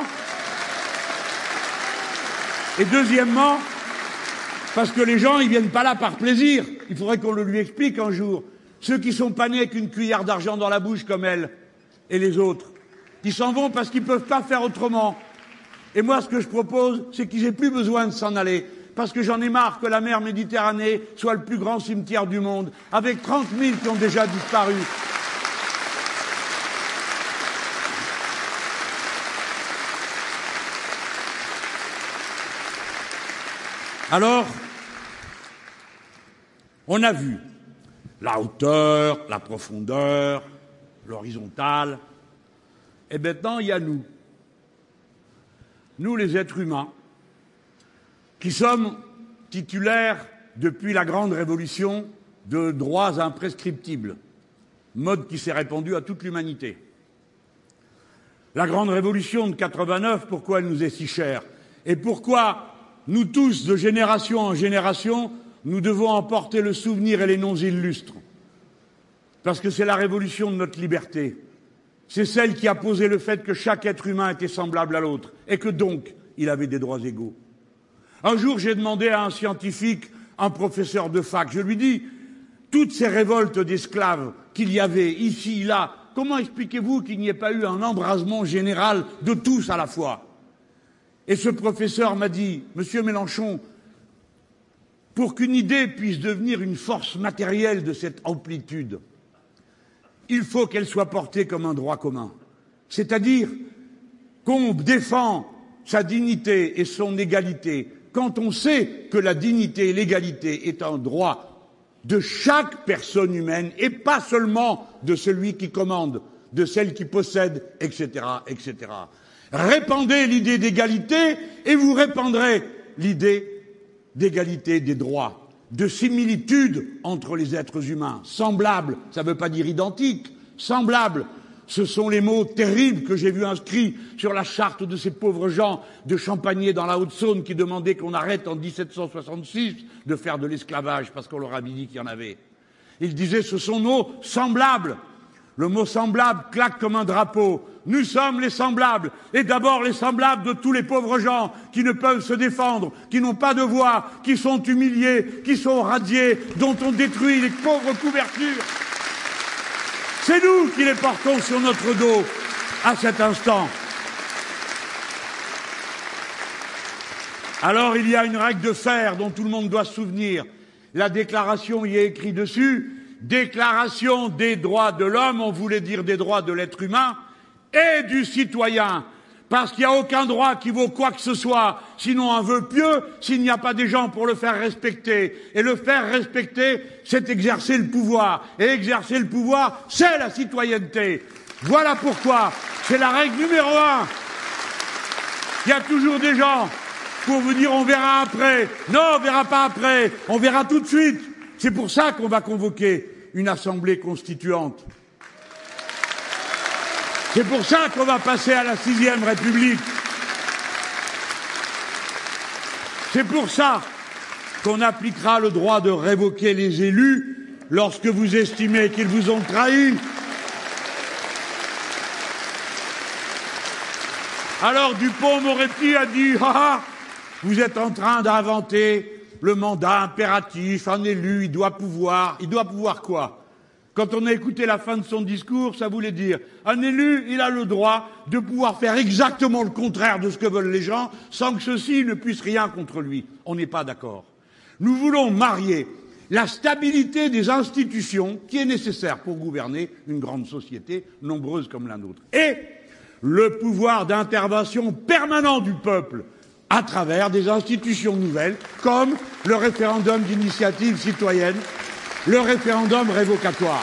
parce que les gens, ils viennent pas là par plaisir. Il faudrait qu'on le lui explique un jour. Ceux qui sont pas nés avec une cuillère d'argent dans la bouche comme elle, et les autres, qui s'en vont parce qu'ils peuvent pas faire autrement. Et moi, ce que je propose, c'est qu'ils aient plus besoin de s'en aller. Parce que j'en ai marre que la mer Méditerranée soit le plus grand cimetière du monde, avec 30 000 qui ont déjà disparu. Alors, on a vu la hauteur, la profondeur, l'horizontale, et maintenant il y a nous. Nous, les êtres humains, qui sommes titulaires, depuis la Grande Révolution, de droits imprescriptibles, mode qui s'est répandu à toute l'humanité. La Grande Révolution de 89, pourquoi elle nous est si chère? Et pourquoi, nous tous, de génération en génération, nous devons en porter le souvenir et les noms illustres? Parce que c'est la révolution de notre liberté. C'est celle qui a posé le fait que chaque être humain était semblable à l'autre, et que donc, il avait des droits égaux. Un jour, j'ai demandé à un scientifique, un professeur de fac, je lui dis, toutes ces révoltes d'esclaves qu'il y avait ici, là, comment expliquez-vous qu'il n'y ait pas eu un embrasement général de tous à la fois? Et ce professeur m'a dit, Monsieur Mélenchon, pour qu'une idée puisse devenir une force matérielle de cette amplitude, il faut qu'elle soit portée comme un droit commun. C'est-à-dire qu'on défend sa dignité et son égalité quand on sait que la dignité et l'égalité est un droit de chaque personne humaine et pas seulement de celui qui commande, de celle qui possède, etc., etc. Répandez l'idée d'égalité et vous répandrez l'idée d'égalité des droits, de similitude entre les êtres humains. Semblable, ça ne veut pas dire identique, semblable. Ce sont les mots terribles que j'ai vus inscrits sur la charte de ces pauvres gens de Champagné dans la Haute-Saône qui demandaient qu'on arrête en 1766 de faire de l'esclavage parce qu'on leur avait dit qu'il y en avait. Ils disaient ce sont nos semblables. Le mot semblable claque comme un drapeau. Nous sommes les semblables. Et d'abord les semblables de tous les pauvres gens qui ne peuvent se défendre, qui n'ont pas de voix, qui sont humiliés, qui sont radiés, dont on détruit les pauvres couvertures. C'est nous qui les portons sur notre dos à cet instant. Alors il y a une règle de fer dont tout le monde doit se souvenir. La déclaration y est écrit dessus. Déclaration des droits de l'homme, on voulait dire des droits de l'être humain et du citoyen. Parce qu'il n'y a aucun droit qui vaut quoi que ce soit, sinon un vœu pieux, s'il n'y a pas des gens pour le faire respecter. Et le faire respecter, c'est exercer le pouvoir. Et exercer le pouvoir, c'est la citoyenneté. Voilà pourquoi c'est la règle numéro 1. Il y a toujours des gens pour vous dire on verra après. Non, on verra pas après, on verra tout de suite. C'est pour ça qu'on va convoquer une assemblée constituante. C'est pour ça qu'on va passer à la 6e République. C'est pour ça qu'on appliquera le droit de révoquer les élus lorsque vous estimez qu'ils vous ont trahi. Alors Dupond-Moretti a dit « Ah, vous êtes en train d'inventer le mandat impératif, un élu, il doit pouvoir quoi ? Quand on a écouté la fin de son discours, ça voulait dire un élu, il a le droit de pouvoir faire exactement le contraire de ce que veulent les gens sans que ceux-ci ne puissent rien contre lui. On n'est pas d'accord. Nous voulons marier la stabilité des institutions qui est nécessaire pour gouverner une grande société nombreuse comme la nôtre et le pouvoir d'intervention permanent du peuple à travers des institutions nouvelles comme le référendum d'initiative citoyenne, le référendum révocatoire.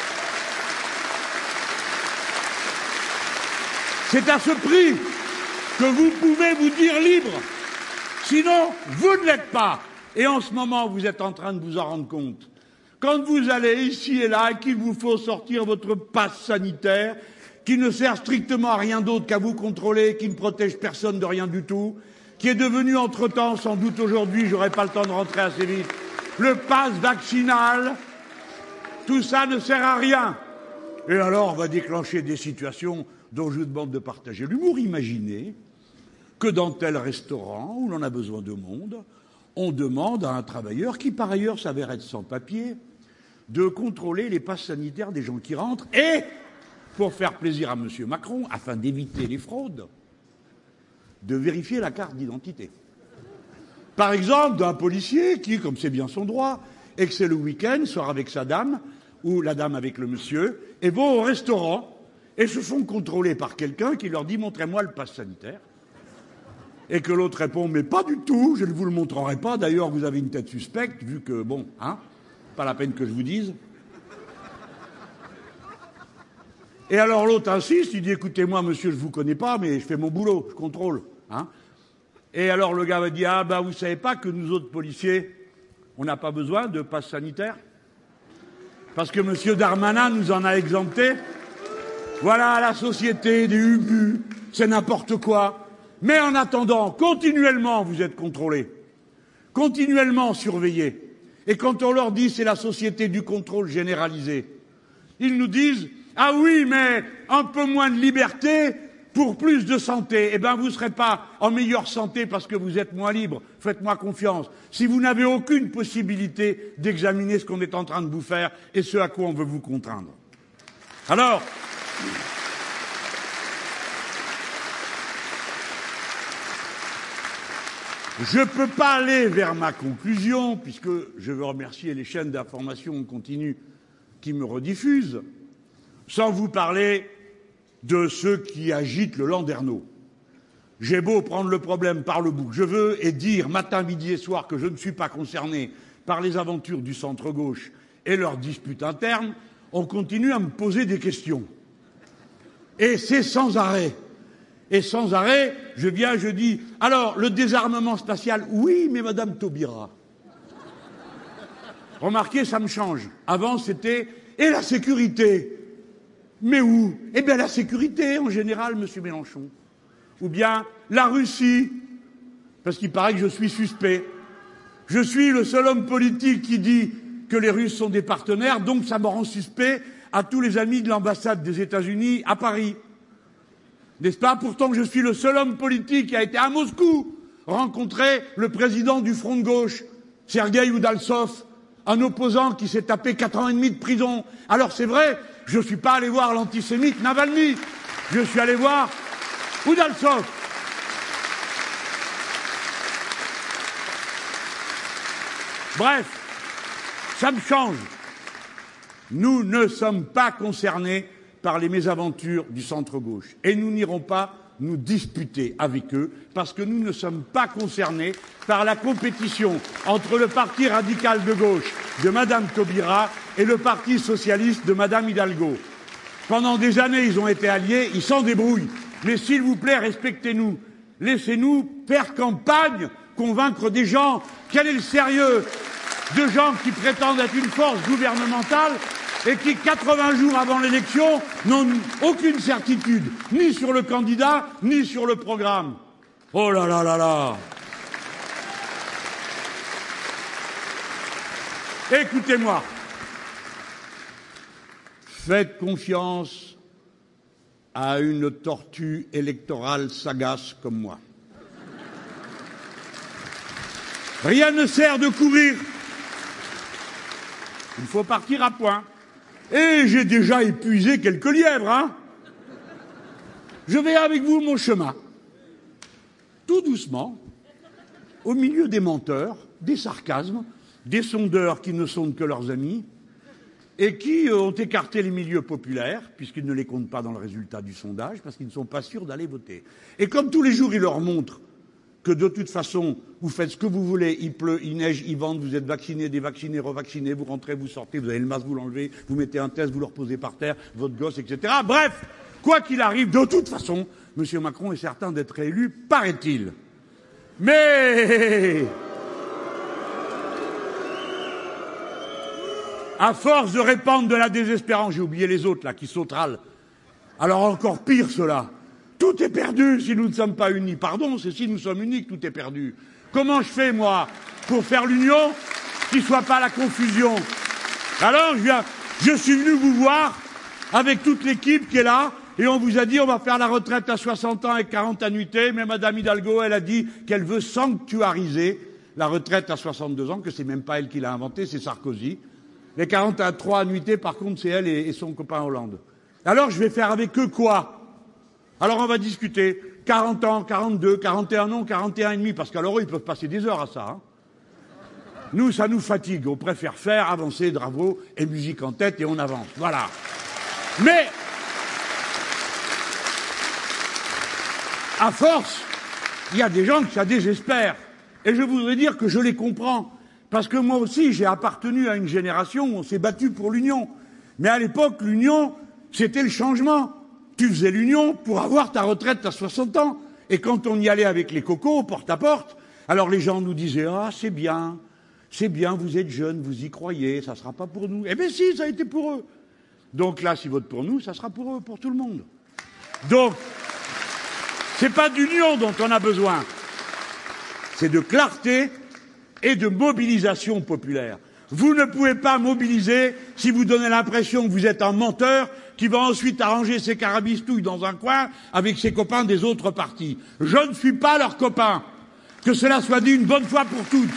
C'est à ce prix que vous pouvez vous dire libre. Sinon, vous ne l'êtes pas. Et en ce moment, vous êtes en train de vous en rendre compte. Quand vous allez ici et là, qu'il vous faut sortir votre passe sanitaire, qui ne sert strictement à rien d'autre qu'à vous contrôler, qui ne protège personne de rien du tout, qui est devenu entre-temps, sans doute aujourd'hui, j'aurai pas le temps de rentrer assez vite, le pass vaccinal, tout ça ne sert à rien. Et alors, on va déclencher des situations dont je vous demande de partager l'humour. Imaginez que dans tel restaurant où l'on a besoin de monde, on demande à un travailleur, qui par ailleurs s'avère être sans papier, de contrôler les passes sanitaires des gens qui rentrent et, pour faire plaisir à M. Macron, afin d'éviter les fraudes, de vérifier la carte d'identité. Par exemple, d'un policier qui, comme c'est bien son droit, et que c'est le week-end, sort avec sa dame, ou la dame avec le monsieur, et vont au restaurant, et se font contrôler par quelqu'un qui leur dit « Montrez-moi le pass sanitaire ». Et que l'autre répond « Mais pas du tout, je ne vous le montrerai pas, d'ailleurs vous avez une tête suspecte, vu que, bon, hein, pas la peine que je vous dise ». Et alors l'autre insiste, il dit « Écoutez-moi monsieur, je vous connais pas, mais je fais mon boulot, je contrôle, hein ». Et alors le gars va dire « Ah ben vous savez pas que nous autres policiers, on n'a pas besoin de passe sanitaire parce que monsieur Darmanin nous en a exemptés. Voilà la société des hugus, c'est n'importe quoi. Mais en attendant, continuellement vous êtes contrôlés, continuellement surveillés. Et quand on leur dit c'est la société du contrôle généralisé, ils nous disent ah oui, mais un peu moins de liberté pour plus de santé. Eh bien, vous ne serez pas en meilleure santé parce que vous êtes moins libre. Faites-moi confiance. Si vous n'avez aucune possibilité d'examiner ce qu'on est en train de vous faire et ce à quoi on veut vous contraindre. Alors, je ne peux pas aller vers ma conclusion, puisque je veux remercier les chaînes d'information continue qui me rediffusent, sans vous parler de ceux qui agitent le landerneau. J'ai beau prendre le problème par le bout que je veux et dire matin, midi et soir que je ne suis pas concerné par les aventures du centre-gauche et leurs disputes internes, on continue à me poser des questions. Et c'est sans arrêt. Et sans arrêt, je dis, alors, le désarmement spatial, oui, mais Madame Taubira. Remarquez, ça me change. Avant, c'était, et la sécurité? Mais où? Eh bien, la sécurité, en général, Monsieur Mélenchon. Ou bien, la Russie. Parce qu'il paraît que je suis suspect. Je suis le seul homme politique qui dit que les Russes sont des partenaires, donc ça me rend suspect à tous les amis de l'ambassade des États-Unis à Paris. N'est-ce pas? Pourtant, je suis le seul homme politique qui a été à Moscou rencontrer le président du Front de gauche, Sergueï Oudaltsov, un opposant qui s'est tapé 4 ans et demi de prison. Alors c'est vrai, je ne suis pas allé voir l'antisémite Navalny, je suis allé voir Oudaltsov. Bref, ça me change. Nous ne sommes pas concernés par les mésaventures du centre-gauche. Et nous n'irons pas nous disputer avec eux parce que nous ne sommes pas concernés par la compétition entre le parti radical de gauche de Madame Taubira et le parti socialiste de Madame Hidalgo. Pendant des années, ils ont été alliés, ils s'en débrouillent. Mais s'il vous plaît, respectez-nous. Laissez-nous faire campagne, convaincre des gens. Quel est le sérieux de gens qui prétendent être une force gouvernementale et qui, 80 jours avant l'élection, n'ont aucune certitude, ni sur le candidat, ni sur le programme. Oh là là là là! Écoutez-moi. Faites confiance à une tortue électorale sagace comme moi. Rien ne sert de courir. Il faut partir à point. Et j'ai déjà épuisé quelques lièvres, hein. Je vais avec vous mon chemin. Tout doucement, au milieu des menteurs, des sarcasmes, des sondeurs qui ne sondent que leurs amis, et qui ont écarté les milieux populaires, puisqu'ils ne les comptent pas dans le résultat du sondage, parce qu'ils ne sont pas sûrs d'aller voter. Et comme tous les jours, ils leur montrent que de toute façon, vous faites ce que vous voulez, il pleut, il neige, il vente, vous êtes vacciné, dévacciné, revacciné, vous rentrez, vous sortez, vous avez le masque, vous l'enlevez, vous mettez un test, vous le reposez par terre, votre gosse, etc. Bref, quoi qu'il arrive, de toute façon, M. Macron est certain d'être élu, paraît-il. Mais à force de répandre de la désespérance, j'ai oublié les autres là qui sauteralent. Alors encore pire cela. Tout est perdu si nous ne sommes pas unis. Pardon, c'est si nous sommes unis que tout est perdu. Comment je fais moi pour faire l'union, qu'il ne soit pas la confusion? Alors je suis venu vous voir avec toute l'équipe qui est là et on vous a dit on va faire la retraite à 60 ans avec 40 annuités, mais Madame Hidalgo elle a dit qu'elle veut sanctuariser la retraite à 62 ans, que c'est même pas elle qui l'a inventé, c'est Sarkozy. Les 43 annuités, par contre, c'est elle et son copain Hollande. Alors, je vais faire avec eux quoi? Alors, on va discuter. 40 ans, 42, 41 ans, 41 et demi, parce qu'alors, ils peuvent passer des heures à ça. Hein. Nous, ça nous fatigue. On préfère faire, avancer, bravo, et musique en tête, et on avance. Voilà. Mais, à force, il y a des gens que ça désespère. Et je voudrais dire que je les comprends. Parce que moi aussi, j'ai appartenu à une génération où on s'est battu pour l'union. Mais à l'époque, l'union, c'était le changement. Tu faisais l'union pour avoir ta retraite à 60 ans. Et quand on y allait avec les cocos, porte à porte, alors les gens nous disaient « Ah, c'est bien, vous êtes jeunes, vous y croyez, ça sera pas pour nous. » Eh bien si, ça a été pour eux. Donc là, s'ils votent pour nous, ça sera pour eux, pour tout le monde. Donc, c'est pas d'union dont on a besoin. C'est de clarté et de mobilisation populaire. Vous ne pouvez pas mobiliser si vous donnez l'impression que vous êtes un menteur qui va ensuite arranger ses carabistouilles dans un coin avec ses copains des autres partis. Je ne suis pas leur copain. Que cela soit dit une bonne fois pour toutes.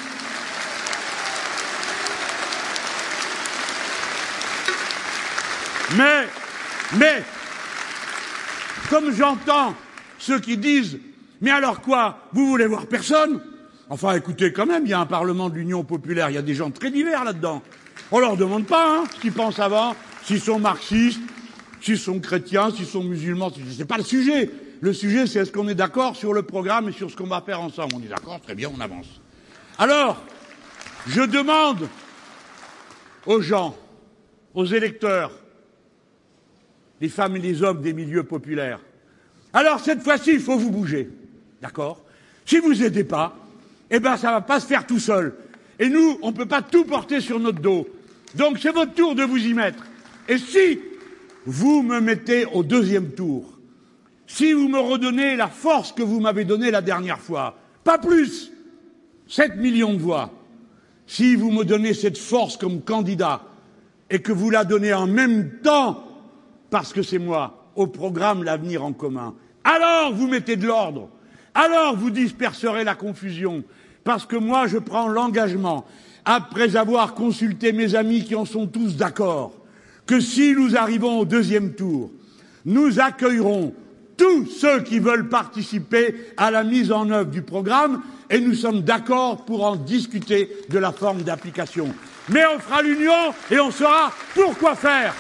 Mais, comme j'entends ceux qui disent « Mais alors quoi, vous voulez voir personne ?» Enfin, écoutez, quand même, il y a un Parlement de l'Union populaire, il y a des gens très divers là-dedans. On leur demande pas ce qu'ils pensent avant, s'ils sont marxistes, s'ils sont chrétiens, s'ils sont musulmans, c'est pas le sujet. Le sujet, c'est est-ce qu'on est d'accord sur le programme et sur ce qu'on va faire ensemble. On est d'accord, très bien, on avance. Alors, je demande aux gens, aux électeurs, les femmes et les hommes des milieux populaires, alors cette fois-ci, il faut vous bouger, d'accord? Si vous aidez pas, eh ben ça va pas se faire tout seul. Et nous, on peut pas tout porter sur notre dos. Donc c'est votre tour de vous y mettre. Et si vous me mettez au deuxième tour, si vous me redonnez la force que vous m'avez donnée la dernière fois, pas plus, 7 millions de voix, si vous me donnez cette force comme candidat et que vous la donnez en même temps, parce que c'est moi, au programme L'Avenir en commun, alors vous mettez de l'ordre, alors vous disperserez la confusion, parce que moi je prends l'engagement, après avoir consulté mes amis qui en sont tous d'accord, que si nous arrivons au deuxième tour, nous accueillerons tous ceux qui veulent participer à la mise en œuvre du programme et nous sommes d'accord pour en discuter de la forme d'application. Mais on fera l'union et on saura pourquoi faire.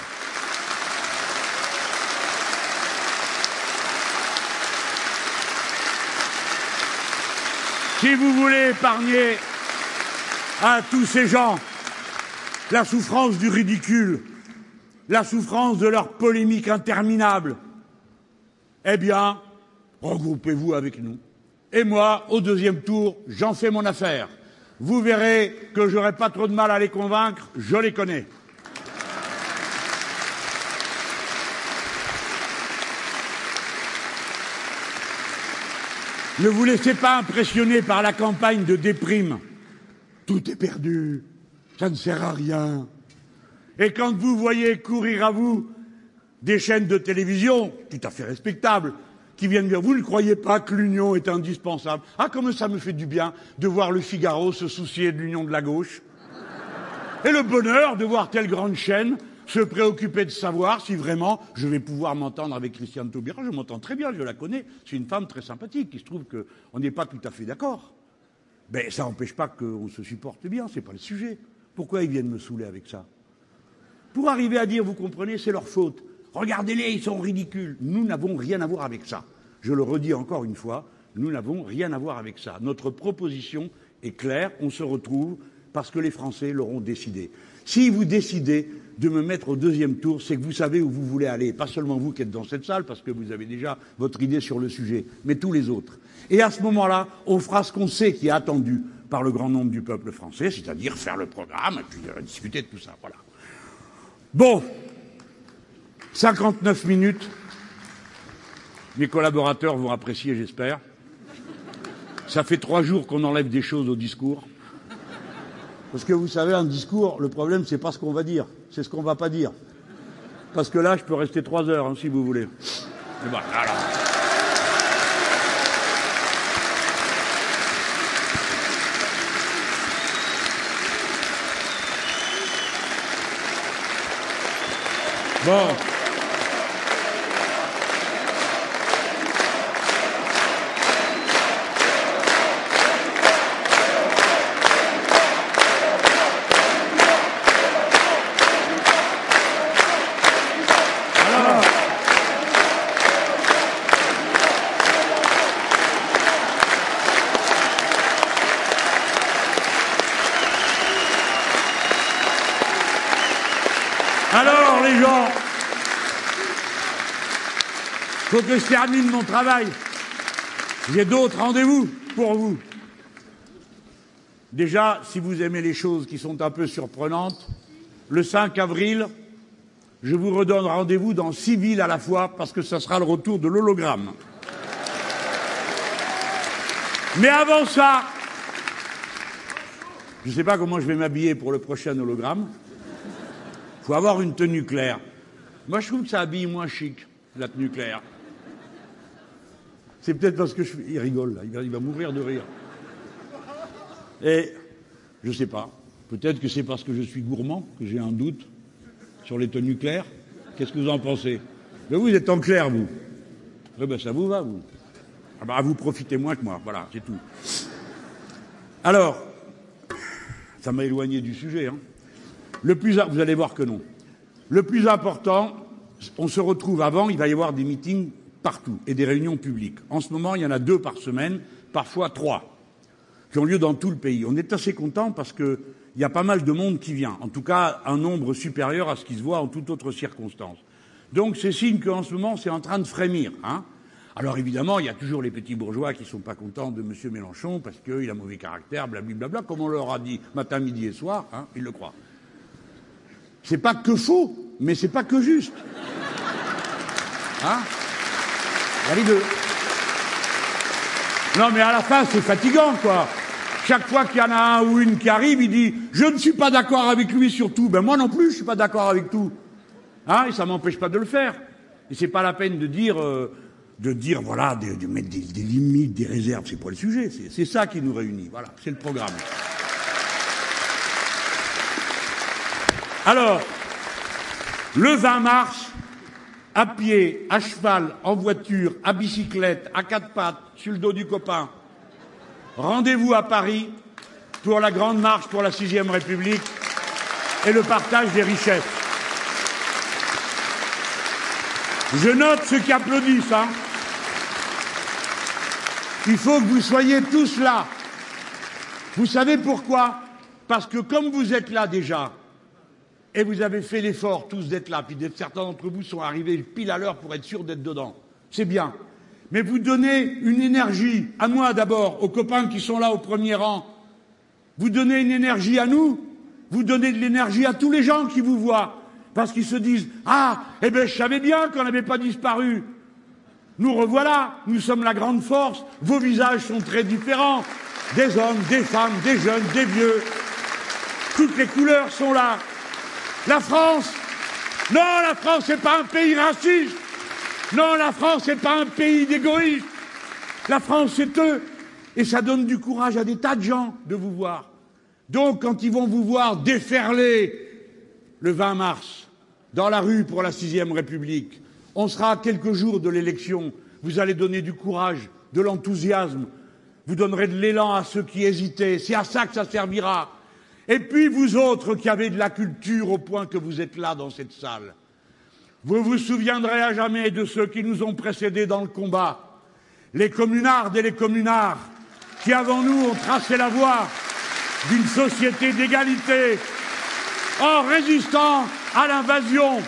Si vous voulez épargner à tous ces gens la souffrance du ridicule, la souffrance de leur polémique interminable, eh bien, regroupez-vous avec nous. Et moi, au deuxième tour, j'en fais mon affaire. Vous verrez que j'aurai pas trop de mal à les convaincre, je les connais. Ne vous laissez pas impressionner par la campagne de déprime. Tout est perdu, ça ne sert à rien. Et quand vous voyez courir à vous des chaînes de télévision, tout à fait respectables, qui viennent dire « Vous ne croyez pas que l'union est indispensable ?» Ah, comme ça me fait du bien de voir le Figaro se soucier de l'union de la gauche. Et le bonheur de voir telle grande chaîne se préoccuper de savoir si vraiment je vais pouvoir m'entendre avec Christiane Taubira. Je m'entends très bien, je la connais. C'est une femme très sympathique. Il se trouve qu'on n'est pas tout à fait d'accord. Mais ça n'empêche pas qu'on se supporte bien, c'est pas le sujet. Pourquoi ils viennent me saouler avec ça? Pour arriver à dire, vous comprenez, c'est leur faute. Regardez-les, ils sont ridicules. Nous n'avons rien à voir avec ça. Je le redis encore une fois, nous n'avons rien à voir avec ça. Notre proposition est claire, on se retrouve parce que les Français l'auront décidé. Si vous décidez de me mettre au deuxième tour, c'est que vous savez où vous voulez aller. Pas seulement vous qui êtes dans cette salle, parce que vous avez déjà votre idée sur le sujet, mais tous les autres. Et à ce moment-là, on fera ce qu'on sait qui est attendu par le grand nombre du peuple français, c'est-à-dire faire le programme et puis discuter de tout ça. Voilà. Bon, 59 minutes. Mes collaborateurs vont apprécier, j'espère. Ça fait 3 jours qu'on enlève des choses au discours. Parce que vous savez, un discours, le problème, c'est pas ce qu'on va dire, c'est ce qu'on va pas dire. Parce que là, je peux rester 3 heures, hein, si vous voulez. Mais bon, alors. Bon. Alors, les gens, faut que je termine mon travail. J'ai d'autres rendez-vous pour vous. Déjà, si vous aimez les choses qui sont un peu surprenantes, le 5 avril, je vous redonne rendez-vous dans 6 villes à la fois parce que ça sera le retour de l'hologramme. Mais avant ça, je ne sais pas comment je vais m'habiller pour le prochain hologramme. Il faut avoir une tenue claire. Moi, je trouve que ça habille moins chic, la tenue claire. C'est peut-être parce que il rigole, là. Il va mourir de rire. Et je sais pas. Peut-être que c'est parce que je suis gourmand que j'ai un doute sur les tenues claires. Qu'est-ce que vous en pensez? Mais vous êtes en clair, vous. Eh ben, ça vous va, vous. Ah ben, vous profitez moins que moi. Voilà, c'est tout. Alors, ça m'a éloigné du sujet, hein. Vous allez voir que non. Le plus important, on se retrouve avant, il va y avoir des meetings partout et des réunions publiques. En ce moment, il y en a 2 par semaine, parfois 3, qui ont lieu dans tout le pays. On est assez content parce qu'il y a pas mal de monde qui vient. En tout cas, un nombre supérieur à ce qui se voit en toute autre circonstance. Donc, c'est signe qu'en ce moment, c'est en train de frémir, hein. Alors évidemment, il y a toujours les petits bourgeois qui sont pas contents de M. Mélenchon parce qu'il a mauvais caractère, blablabla, comme on leur a dit matin, midi et soir, hein, ils le croient. C'est pas que faux, mais c'est pas que juste. Hein? Il y a les deux. Non, mais à la fin, c'est fatigant, quoi. Chaque fois qu'il y en a un ou une qui arrive, il dit « Je ne suis pas d'accord avec lui sur tout. » Ben moi non plus, je suis pas d'accord avec tout. Hein? Et ça m'empêche pas de le faire. Et c'est pas la peine de dire voilà, de mettre des limites, des réserves. C'est pas le sujet. C'est ça qui nous réunit. Voilà, c'est le programme. Alors, le 20 mars, à pied, à cheval, en voiture, à bicyclette, à 4 pattes, sur le dos du copain, rendez-vous à Paris pour la grande marche pour la 6e République et le partage des richesses. Je note ceux qui applaudissent, hein. Il faut que vous soyez tous là. Vous savez pourquoi? Parce que comme vous êtes là déjà, et vous avez fait l'effort tous d'être là, puis certains d'entre vous sont arrivés pile à l'heure pour être sûrs d'être dedans. C'est bien. Mais vous donnez une énergie, à moi d'abord, aux copains qui sont là au premier rang. Vous donnez une énergie à nous, vous donnez de l'énergie à tous les gens qui vous voient, parce qu'ils se disent « Ah, eh ben je savais bien qu'on n'avait pas disparu. Nous revoilà, nous sommes la grande force, vos visages sont très différents. Des hommes, des femmes, des jeunes, des vieux. Toutes les couleurs sont là. La France, non, la France n'est pas un pays raciste. Non, la France n'est pas un pays d'égoïstes. La France, c'est eux. Et ça donne du courage à des tas de gens de vous voir. Donc, quand ils vont vous voir déferler le 20 mars, dans la rue pour la 6e République. On sera à quelques jours de l'élection. Vous allez donner du courage, de l'enthousiasme. Vous donnerez de l'élan à ceux qui hésitaient. C'est à ça que ça servira. Et puis vous autres qui avez de la culture au point que vous êtes là dans cette salle, vous vous souviendrez à jamais de ceux qui nous ont précédés dans le combat. Les communardes et les communards qui, avant nous, ont tracé la voie d'une société d'égalité en résistant à l'invasion.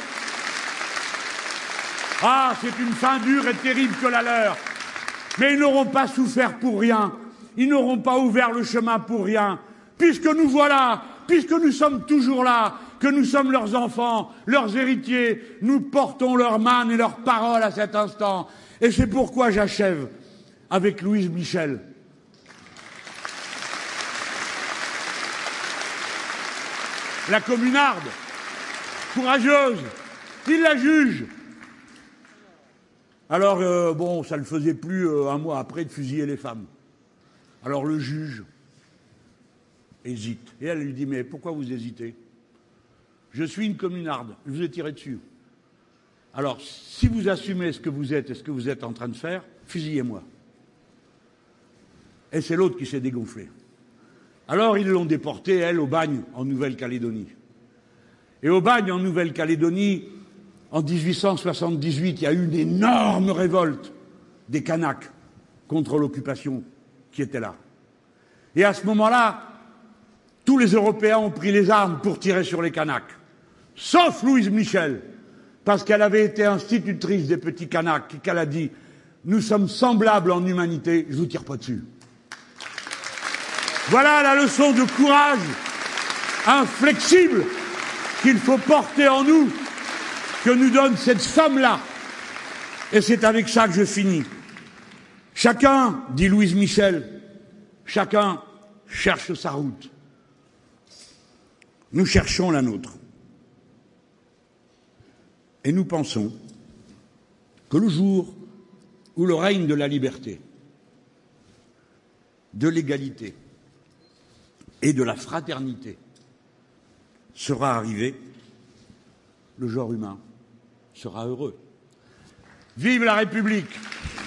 Ah, c'est une fin dure et terrible que la leur. Mais ils n'auront pas souffert pour rien. Ils n'auront pas ouvert le chemin pour rien. Puisque nous voilà, puisque nous sommes toujours là, que nous sommes leurs enfants, leurs héritiers, nous portons leurs mains et leurs paroles à cet instant. Et c'est pourquoi j'achève avec Louise Michel. La communarde, courageuse, il la juge. Alors, bon, ça ne le faisait plus un mois après de fusiller les femmes. Alors le juge hésite. Et elle lui dit, mais pourquoi vous hésitez? Je suis une communarde, je vous ai tiré dessus. Alors, si vous assumez ce que vous êtes et ce que vous êtes en train de faire, fusillez-moi. Et c'est l'autre qui s'est dégonflé. Alors ils l'ont déportée, elle, au bagne, en Nouvelle-Calédonie. Et au bagne, en Nouvelle-Calédonie, en 1878, il y a eu une énorme révolte des Kanaks contre l'occupation qui était là. Et à ce moment-là, tous les Européens ont pris les armes pour tirer sur les Kanaks. Sauf Louise Michel, parce qu'elle avait été institutrice des petits Kanaks, et qu'elle a dit « Nous sommes semblables en humanité, je vous tire pas dessus ». Voilà la leçon de courage inflexible qu'il faut porter en nous, que nous donne cette femme-là. Et c'est avec ça que je finis. Chacun, dit Louise Michel, chacun cherche sa route. Nous cherchons la nôtre. Et nous pensons que le jour où le règne de la liberté, de l'égalité et de la fraternité sera arrivé, le genre humain sera heureux. Vive la République!